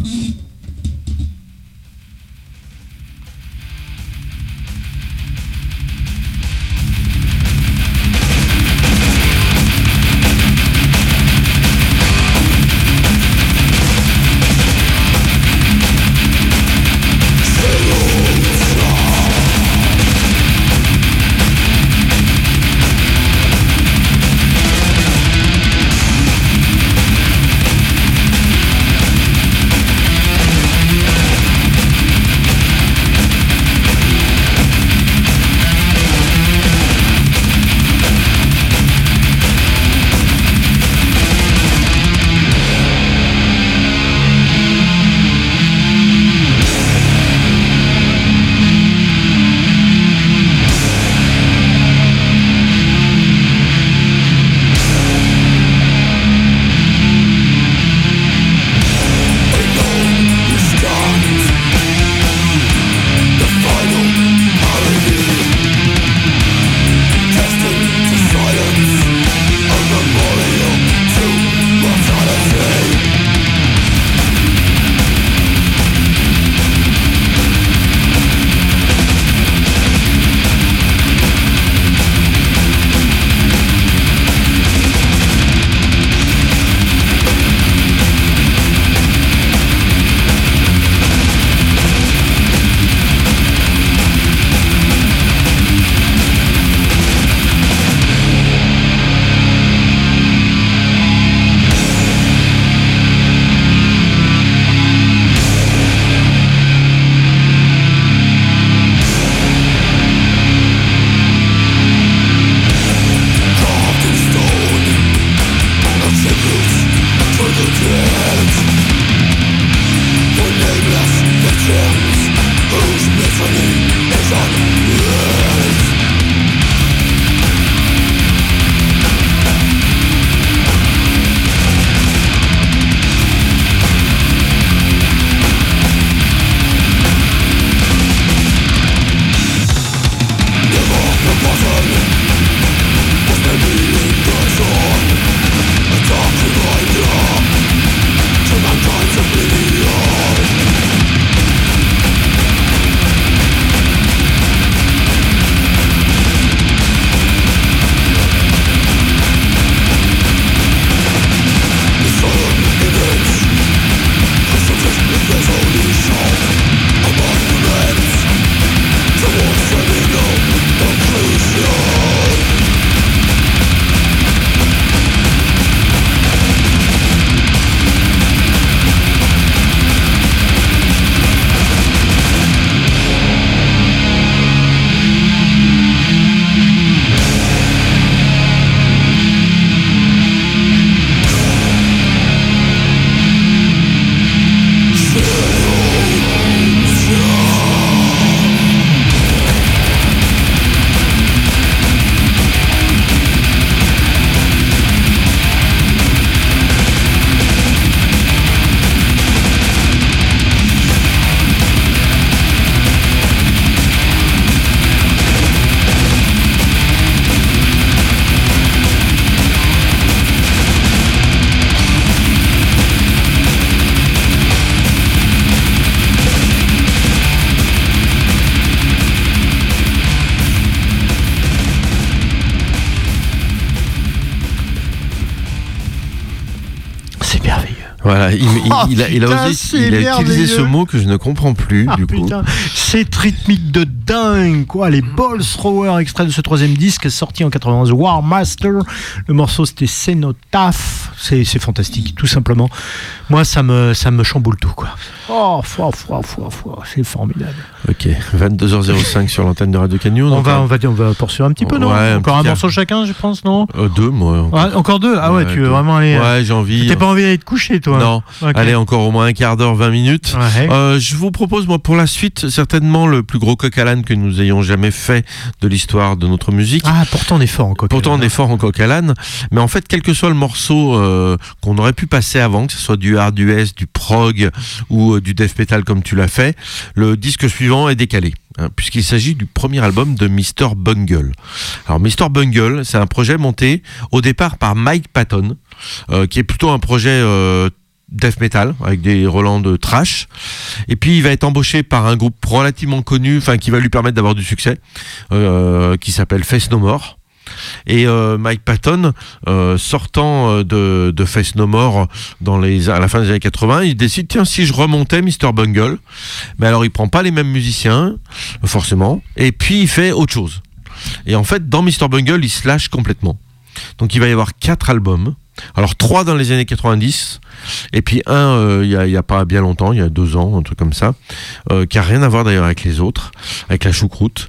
H: Voilà, il a utilisé ce mot que je ne comprends plus, du coup.
G: C'est rythmique de dingue, quoi. Les Ball Thrower, extrait de ce 3e disque, sorti en 91, War Master. Le morceau, c'était Cenotaph. C'est fantastique, tout simplement. Moi, ça me chamboule tout, quoi. Oh, c'est formidable.
H: Ok, 22h05 sur l'antenne de Radio Canu.
G: On va poursuivre un petit peu, non? Encore un morceau chacun, je pense, non?
H: 2, moi.
G: Encore 2? Ah ouais, tu veux vraiment aller...
H: Ouais, j'ai envie.
G: T'as pas envie d'aller te coucher, toi?
H: Non. Okay. Allez, encore au moins un quart d'heure, 20 minutes. Ouais. Je vous propose, moi, pour la suite, certainement le plus gros coq à l'âne que nous ayons jamais fait de l'histoire de notre musique.
G: Ah, pourtant on est fort en coq à l'âne.
H: Pourtant on est fort en coq à l'âne. Mais en fait, quel que soit le morceau qu'on aurait pu passer avant, que ce soit du hard US, du prog ou du death metal comme tu l'as fait, le disque suivant est décalé. Puisqu'il s'agit du premier album de Mr. Bungle. Alors Mr. Bungle, c'est un projet monté au départ par Mike Patton, qui est plutôt un projet death metal avec des relents de thrash, et puis il va être embauché par un groupe relativement connu, enfin qui va lui permettre d'avoir du succès, qui s'appelle Faith No More. Et Mike Patton, sortant de Faith No More à la fin des années 80, il décide, tiens, si je remontais Mr. Bungle, mais alors il prend pas les mêmes musiciens, forcément, et puis il fait autre chose. Et en fait, dans Mr. Bungle, il se lâche complètement. Donc il va y avoir 4 albums. Alors 3 dans les années 90, et puis un il y a pas bien longtemps, il y a 2 ans, un truc comme ça, qui a rien à voir d'ailleurs avec les autres, avec la choucroute.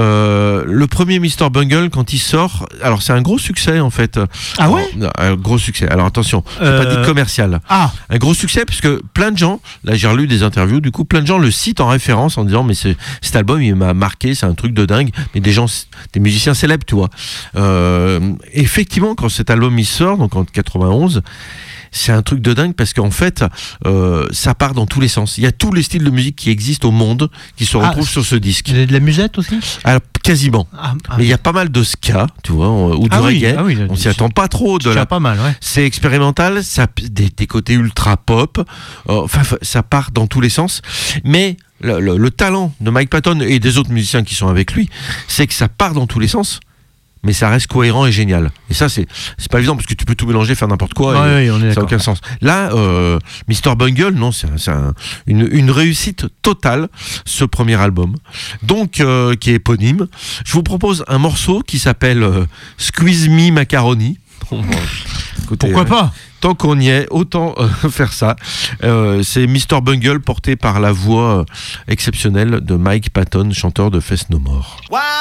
H: Le premier Mr. Bungle, quand il sort, alors c'est un gros succès en fait.
G: Ah ouais?
H: Un gros succès. Alors attention, c'est pas dit commercial.
G: Ah.
H: Un gros succès puisque plein de gens, là j'ai relu des interviews, du coup plein de gens le citent en référence en disant mais cet album il m'a marqué, c'est un truc de dingue, mais des musiciens célèbres, tu vois. Effectivement, quand cet album il sort, donc en 91, c'est un truc de dingue parce qu'en fait ça part dans tous les sens. Il y a tous les styles de musique qui existent au monde qui se retrouvent sur ce disque.
G: Il y a de la musette aussi? Alors,
H: quasiment. Mais il y a pas mal de ska, tu vois, ou du reggae. On s'y attend pas trop.
G: Pas mal, ouais.
H: C'est expérimental, ça des côtés ultra pop. Enfin, ça part dans tous les sens. Mais le talent de Mike Patton et des autres musiciens qui sont avec lui, c'est que ça part dans tous les sens. Mais ça reste cohérent et génial. Et ça, c'est pas évident parce que tu peux tout mélanger, faire n'importe quoi.
G: Ouais,
H: ça n'a aucun sens. Là, Mr. Bungle, non, c'est une réussite totale, ce premier album. Donc, qui est éponyme. Je vous propose un morceau qui s'appelle Squeeze Me Macaroni. Écoutez,
G: pourquoi pas?
H: Tant qu'on y est, autant faire ça. C'est Mr. Bungle porté par la voix exceptionnelle de Mike Patton, chanteur de Faith No More.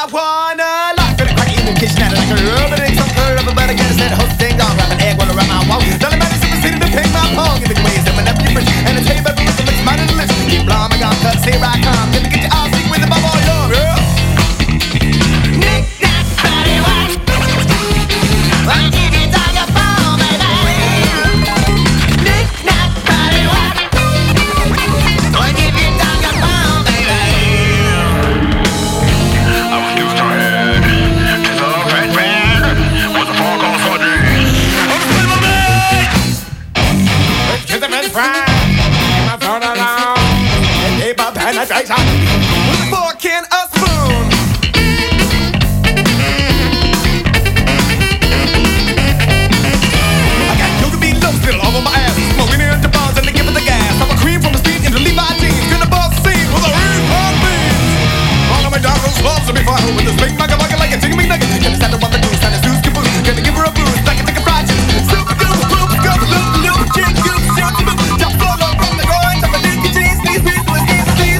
K: With a fork and a spoon. I got yoga bean low still all over my ass. Smoking into bars and they give it the gas. I'm a cream from the street into Levi jeans. Gonna bust the scene with a real beans. All of my dogs loves to be fine with this big mugga like a chicken nugget. Gonna stand up on the goose and a snooze caboose. Gonna give her a boost like a chicken fried chicken. Super goose, poop, goop, loop, loop, chick, goop, shoot, boop. Jump solo from the groin, top of dinky jeans, sneeze, sneeze, sneeze, sneeze.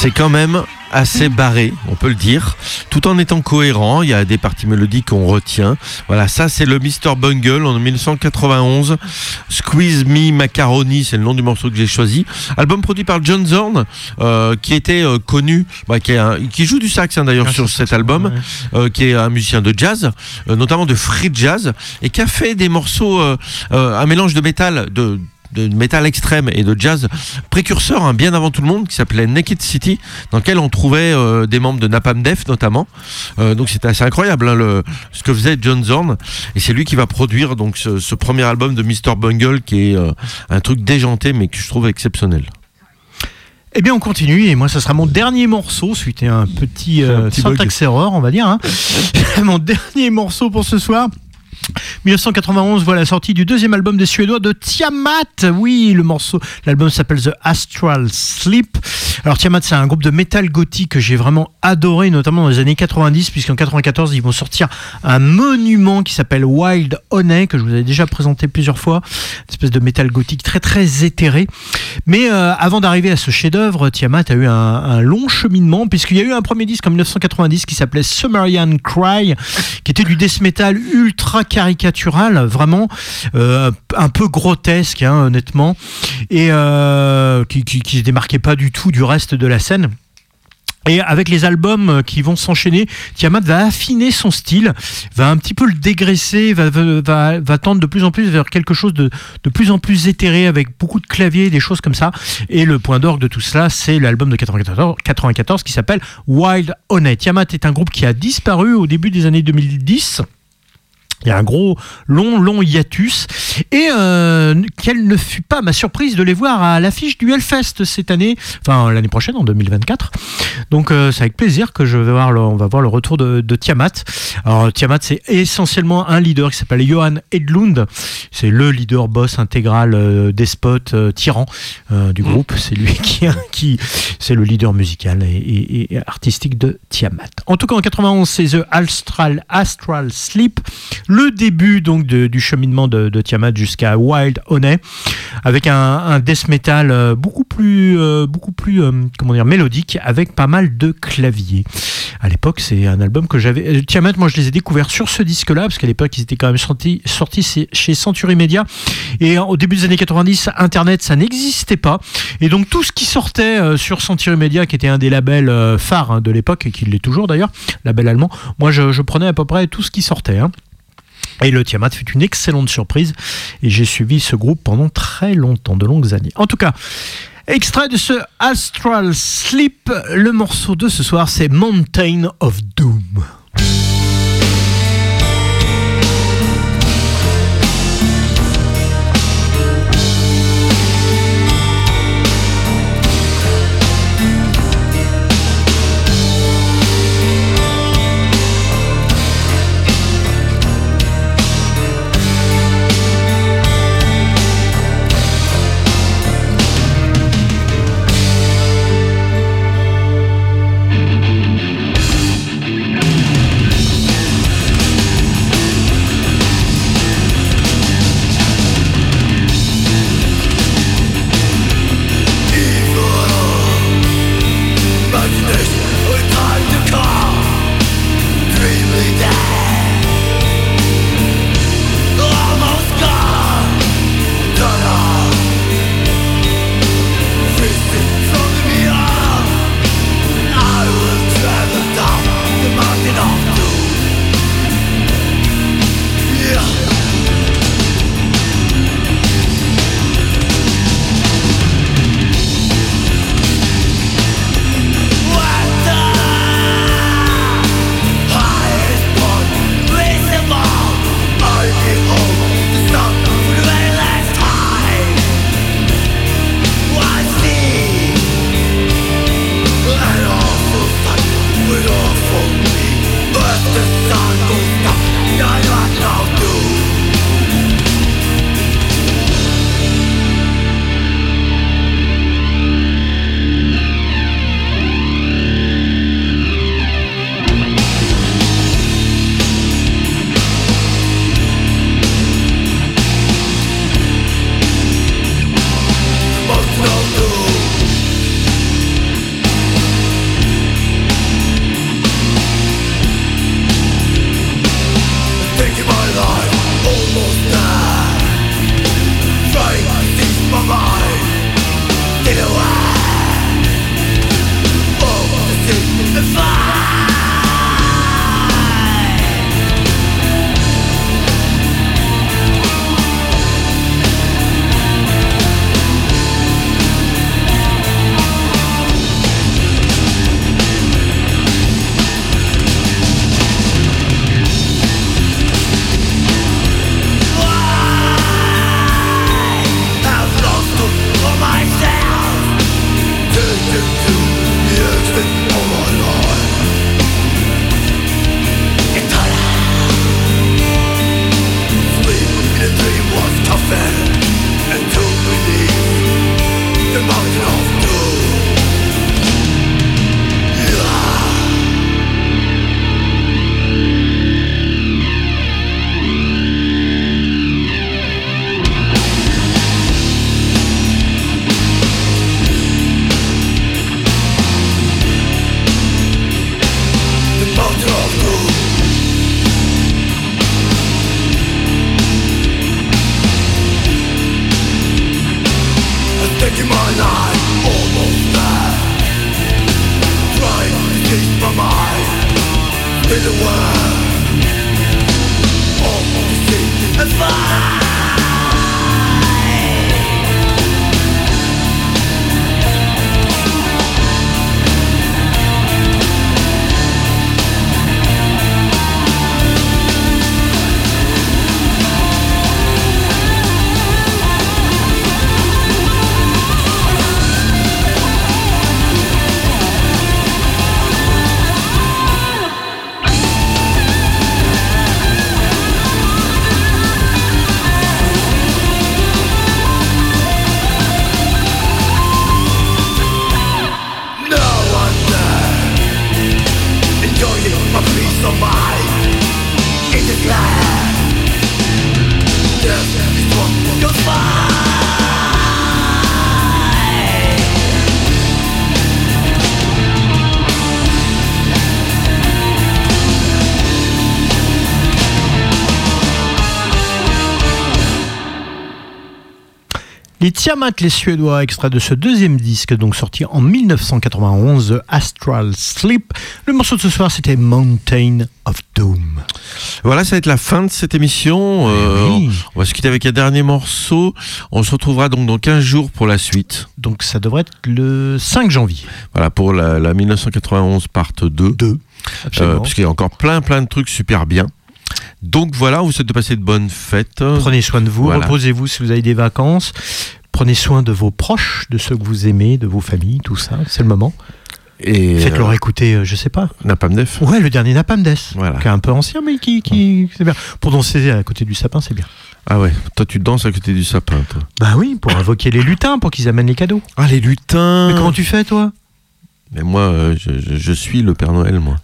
H: c'est quand même assez barré, on peut le dire, tout en étant cohérent. Il y a des parties mélodiques qu'on retient. Voilà, ça c'est le Mr. Bungle en 1991. Squeeze Me Macaroni, c'est le nom du morceau que j'ai choisi. Album produit par John Zorn, qui était connu, qui joue du sax d'ailleurs sur cet album, qui est un musicien de jazz, notamment de free jazz, et qui a fait des morceaux, un mélange de métal, de métal extrême et de jazz précurseur, bien avant tout le monde, qui s'appelait Naked City, dans lequel on trouvait des membres de Napalm Death notamment. Donc c'était assez incroyable ce que faisait John Zorn, et c'est lui qui va produire donc ce premier album de Mr. Bungle, qui est un truc déjanté mais que je trouve exceptionnel.
G: Eh bien on continue, et moi ça sera mon dernier morceau, suite à un petit syntax error on va dire, hein. Mon dernier morceau pour ce soir. 1991 voit la sortie du deuxième album des Suédois de Tiamat. Oui, l'album s'appelle The Astral Sleep. Alors Tiamat, c'est un groupe de métal gothique que j'ai vraiment adoré, notamment dans les années 90, puisqu'en 94 ils vont sortir un monument qui s'appelle Wild Honey, que je vous avais déjà présenté plusieurs fois, une espèce de métal gothique très très éthéré. Mais avant d'arriver à ce chef-d'œuvre, Tiamat a eu un long cheminement, puisqu'il y a eu un premier disque en 1990 qui s'appelait Sumerian Cry, qui était du death metal ultra caricatural, vraiment un peu grotesque, honnêtement, et qui se démarquait pas du tout du reste de la scène. Et avec les albums qui vont s'enchaîner, Tiamat va affiner son style, va un petit peu le dégraisser, va tendre de plus en plus vers quelque chose de plus en plus éthéré, avec beaucoup de claviers, des choses comme ça. Et le point d'orgue de tout cela, c'est l'album de 94 qui s'appelle Wild Honey. Tiamat est un groupe qui a disparu au début des années 2010. Il y a un gros, long hiatus. Et quelle ne fut pas ma surprise de les voir à l'affiche du Hellfest cette année, enfin l'année prochaine, en 2024. Donc c'est avec plaisir que on va voir le retour de Tiamat. Alors Tiamat, c'est essentiellement un leader qui s'appelle Johan Edlund. C'est le leader boss intégral, despote, tyran du groupe. C'est lui qui c'est le leader musical et artistique de Tiamat. En tout cas, en 91, c'est The Astral Sleep. Le début donc du cheminement de Tiamat jusqu'à Wild Honey, avec un death metal beaucoup plus mélodique, avec pas mal de claviers. À l'époque, c'est un album que j'avais. Tiamat, moi je les ai découverts sur ce disque-là, parce qu'à l'époque ils étaient quand même sortis chez Century Media, et au début des années 90, Internet ça n'existait pas, et donc tout ce qui sortait sur Century Media, qui était un des labels phares de l'époque, et qui l'est toujours d'ailleurs, label allemand, moi je prenais à peu près tout ce qui sortait. Et le Tiamat fut une excellente surprise, et j'ai suivi ce groupe pendant très longtemps, de longues années. En tout cas, extrait de ce Astral Sleep, le morceau de ce soir, c'est Mountain of Doom. Les Tiamat, les Suédois, extrait de ce deuxième disque, donc sorti en 1991, Astral Sleep. Le morceau de ce soir, c'était Mountain of Doom.
H: Voilà, ça va être la fin de cette émission. Oui. On va se quitter avec un dernier morceau. On se retrouvera donc dans 15 jours pour la suite.
G: Donc ça devrait être le 5 janvier.
H: Voilà, pour la 1991 part 2. Parce qu'il y a encore plein de trucs super bien. Donc voilà, on vous souhaite de passer de bonnes fêtes.
G: Prenez soin de vous, reposez-vous si vous avez des vacances. Prenez soin de vos proches, de ceux que vous aimez, de vos familles, tout ça, c'est le moment. Et faites-leur écouter, je sais pas.
H: Napalm Death.
G: Ouais, le dernier Napalm Death, qui est un peu ancien, mais qui c'est bien. Pour danser à côté du sapin, c'est bien.
H: Ah ouais, toi tu danses à côté du sapin, toi.
G: Bah oui, pour invoquer les lutins, pour qu'ils amènent les cadeaux.
H: Ah, les lutins.
G: Mais comment tu fais, toi ?
H: Mais moi, je suis le Père Noël, moi.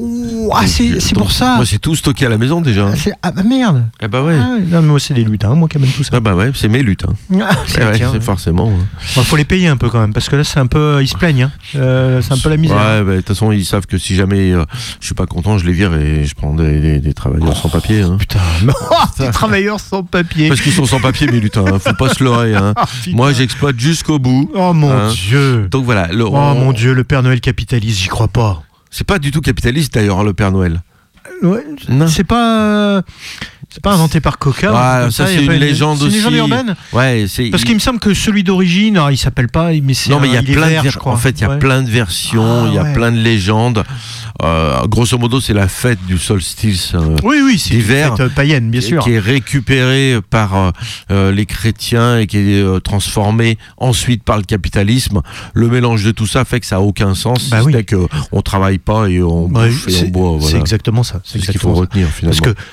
G: C'est pour ça.
H: Moi, c'est tout stocké à la maison déjà.
G: Ah bah merde.
H: Ah bah ouais.
G: Ah, non, mais moi, c'est des lutins, moi qui amène tout ça.
H: Ah bah ouais, c'est mes lutins. C'est forcément.
G: Bon, faut les payer un peu quand même, parce que là, c'est un peu. Ils se plaignent, hein. C'est un peu la misère.
H: Ouais, bah de toute façon, ils savent que si jamais je suis pas content, je les vire et je prends des travailleurs sans papier. Hein.
G: Putain, des travailleurs sans papier.
H: Parce qu'ils sont sans papier, mes lutins. Hein. Faut pas se leurrer. Hein. Moi, j'exploite jusqu'au bout.
G: Oh mon Dieu.
H: Donc voilà.
G: Mon Dieu, le Père Noël capitaliste, j'y crois pas.
H: C'est pas du tout capitaliste d'ailleurs, le Père Noël.
G: Ouais, c'est pas inventé par Coca.
H: Ouais, ça c'est une légende aussi.
G: C'est une légende urbaine.
H: Ouais,
G: parce qu'il me semble que celui d'origine, il s'appelle pas, mais c'est.
H: Non, mais il y a plein de versions. En fait, il y a plein de versions, il y a plein de légendes. Grosso modo, c'est la fête du solstice
G: c'est
H: d'hiver,
G: une fête païenne, bien sûr,
H: qui est récupérée par les chrétiens et qui est transformée ensuite par le capitalisme. Le mélange de tout ça fait que ça a aucun sens. C'est que on travaille pas et on bouffe et on boit. Voilà.
G: C'est exactement ça.
H: C'est ce qu'il faut retenir finalement.
G: Parce que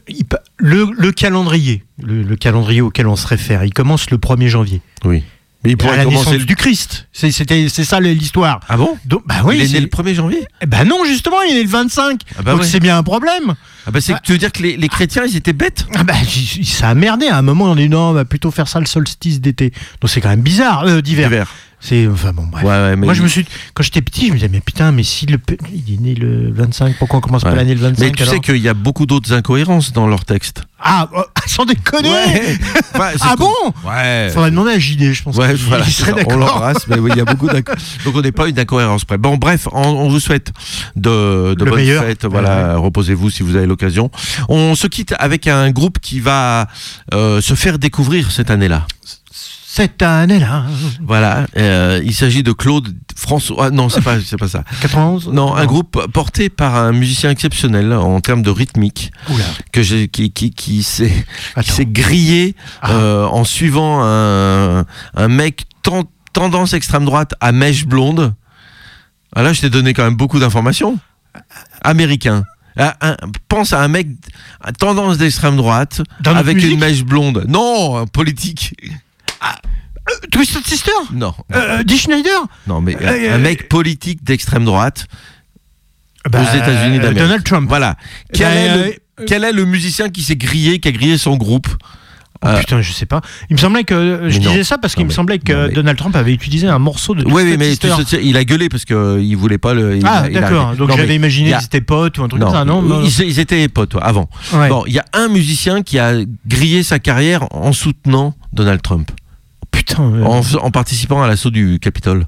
G: le calendrier, le calendrier auquel on se réfère, il commence le 1er janvier.
H: Oui. Mais il pourrait
G: la naissance du Christ. C'est ça l'histoire.
H: Ah bon ?
G: Donc, bah oui,
H: il est né le 1er janvier ?
G: Bah non, justement, il est né le 25. Donc c'est bien un problème.
H: Ah bah tu veux dire que les chrétiens, ils étaient bêtes ?
G: Ah bah ça a merdé. À un moment, on dit non, on va plutôt faire ça le solstice d'été. Donc c'est quand même bizarre, d'hiver. Enfin bon, bref.
H: Mais
G: moi, quand j'étais petit, je me disais, mais putain, mais si il est né le 25, pourquoi on commence pas l'année le 25
H: Mais tu sais qu'il y a beaucoup d'autres incohérences dans leur texte.
G: Sans déconner.
H: Ouais. Bah,
G: ah bon?
H: Ouais.
G: Faudrait demander à JD, je pense.
H: Ouais, voilà,
G: il serait d'accord.
H: On l'embrasse, mais oui, il y a beaucoup d'accords. Donc on n'est pas une incohérence près. Bon, bref, on vous souhaite de bonnes
G: meilleur.
H: fêtes. Voilà, reposez-vous si vous avez l'occasion. On se quitte avec un groupe qui va se faire découvrir cette année-là.
G: Cette année-là.
H: Voilà, il s'agit de Claude François. Ah, non, c'est pas ça.
G: 91.
H: Non, un groupe porté par un musicien exceptionnel en termes de rythmique, qui s'est grillé en suivant un mec tendance extrême droite à mèche blonde. Ah là, je t'ai donné quand même beaucoup d'informations. Américain. Pense à un mec à tendance d'extrême droite avec une mèche blonde. Non, politique.
G: Twisted Sister?
H: Non.
G: Dee Schneider?
H: Non, mais un mec politique d'extrême droite aux États-Unis d'Amérique.
G: Donald Trump.
H: Voilà. Quel est le musicien qui a grillé son groupe?
G: Putain, je sais pas. Il me semblait que je disais ça parce qu'il me semblait que Donald Trump avait utilisé un morceau de Twisted Sister.
H: Mais il a gueulé parce qu'il voulait pas le.
G: D'accord. Donc j'avais imaginé qu'ils étaient potes ou un truc comme ça. Non.
H: Ils étaient potes avant.
G: Ouais.
H: Bon, il y a un musicien qui a grillé sa carrière en soutenant Donald Trump.
G: Putain.
H: En participant à l'assaut du Capitole.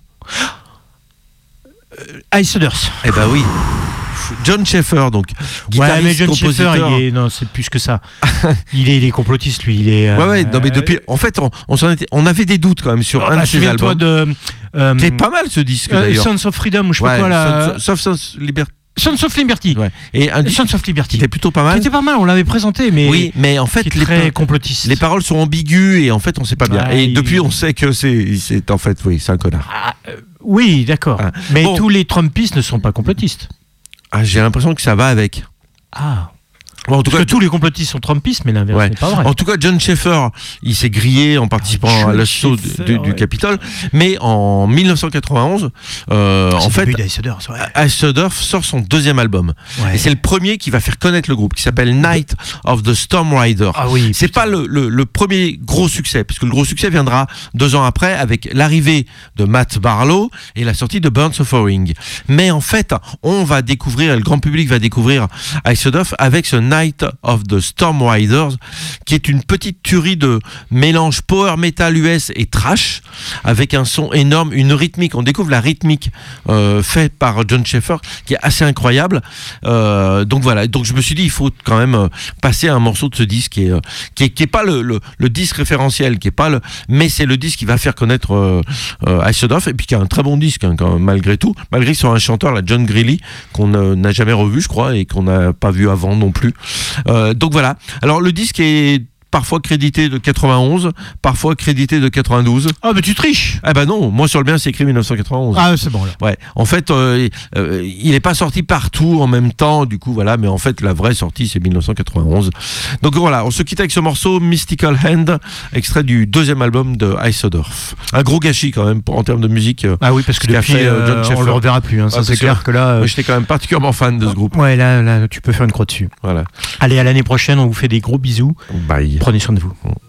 G: Ice Earth.
H: Eh ben oui. John Schaeffer, donc guitariste,
G: mais John
H: compositeur.
G: Schaeffer, non, c'est plus que ça. il est complotiste, lui. Il est.
H: Non, mais depuis, en fait, on avait des doutes quand même sur un de ses albums. C'est pas mal ce disque d'ailleurs.
G: Sons of Freedom, ou je sais pas quoi là.
H: Sons Liberty.
G: Sons of Liberty.
H: Ouais. Et
G: Sons of Liberty.
H: C'était plutôt pas mal.
G: C'était pas mal, on l'avait présenté, mais.
H: Oui, mais en fait,
G: très complotiste.
H: Les paroles sont ambiguës et en fait, on sait pas bien. Et depuis, on sait que c'est en fait, c'est un connard.
G: Oui, d'accord. Mais tous les Trumpistes ne sont pas complotistes.
H: J'ai l'impression que ça va avec. Bon, en tout cas,
G: tous les complotistes sont trumpistes, mais l'inverse n'est pas vrai.
H: En tout cas, John Schaeffer, il s'est grillé en participant à l'assaut du Capitole. Mais en 1991, en fait, Ice Earth sort son deuxième album. Ouais. Et c'est le premier qui va faire connaître le groupe, qui s'appelle Night of the Storm Rider. C'est pas le premier gros succès, parce que le gros succès viendra 2 ans après avec l'arrivée de Matt Barlow et la sortie de Burn Suffering. Mais en fait, on va découvrir, le grand public va découvrir Ice Earth avec ce Night of the Storm Riders, qui est une petite tuerie de mélange power metal US et trash, avec un son énorme, une rythmique. On découvre la rythmique faite par John Schaeffer, qui est assez incroyable. Donc voilà. Donc je me suis dit, il faut quand même passer un morceau de ce disque qui est pas le disque référentiel, mais c'est le disque qui va faire connaître Ice Earth, et puis qui a un très bon disque quand même, malgré tout, malgré sur un chanteur, la John Greeley, qu'on n'a jamais revu, je crois, et qu'on n'a pas vu avant non plus. Donc voilà. Alors le disque est parfois crédité de 91, parfois crédité de 92.
G: Ah, mais tu triches.
H: Ah bah non, moi sur le bien c'est écrit 1991.
G: Ah, c'est bon là.
H: Ouais. En fait, il n'est pas sorti partout en même temps, du coup voilà, mais en fait la vraie sortie c'est 1991. Donc voilà, on se quitte avec ce morceau Mystical Hand, extrait du deuxième album de Ice Earth. Un gros gâchis quand même en termes de musique.
G: Ah oui, parce que depuis on le reverra plus. Ça c'est clair que là.
H: Moi j'étais quand même particulièrement fan de ce groupe.
G: Ouais, là tu peux faire une croix dessus.
H: Voilà.
G: Allez, à l'année prochaine, on vous fait des gros bisous.
H: Bye.
G: Prenez soin de vous.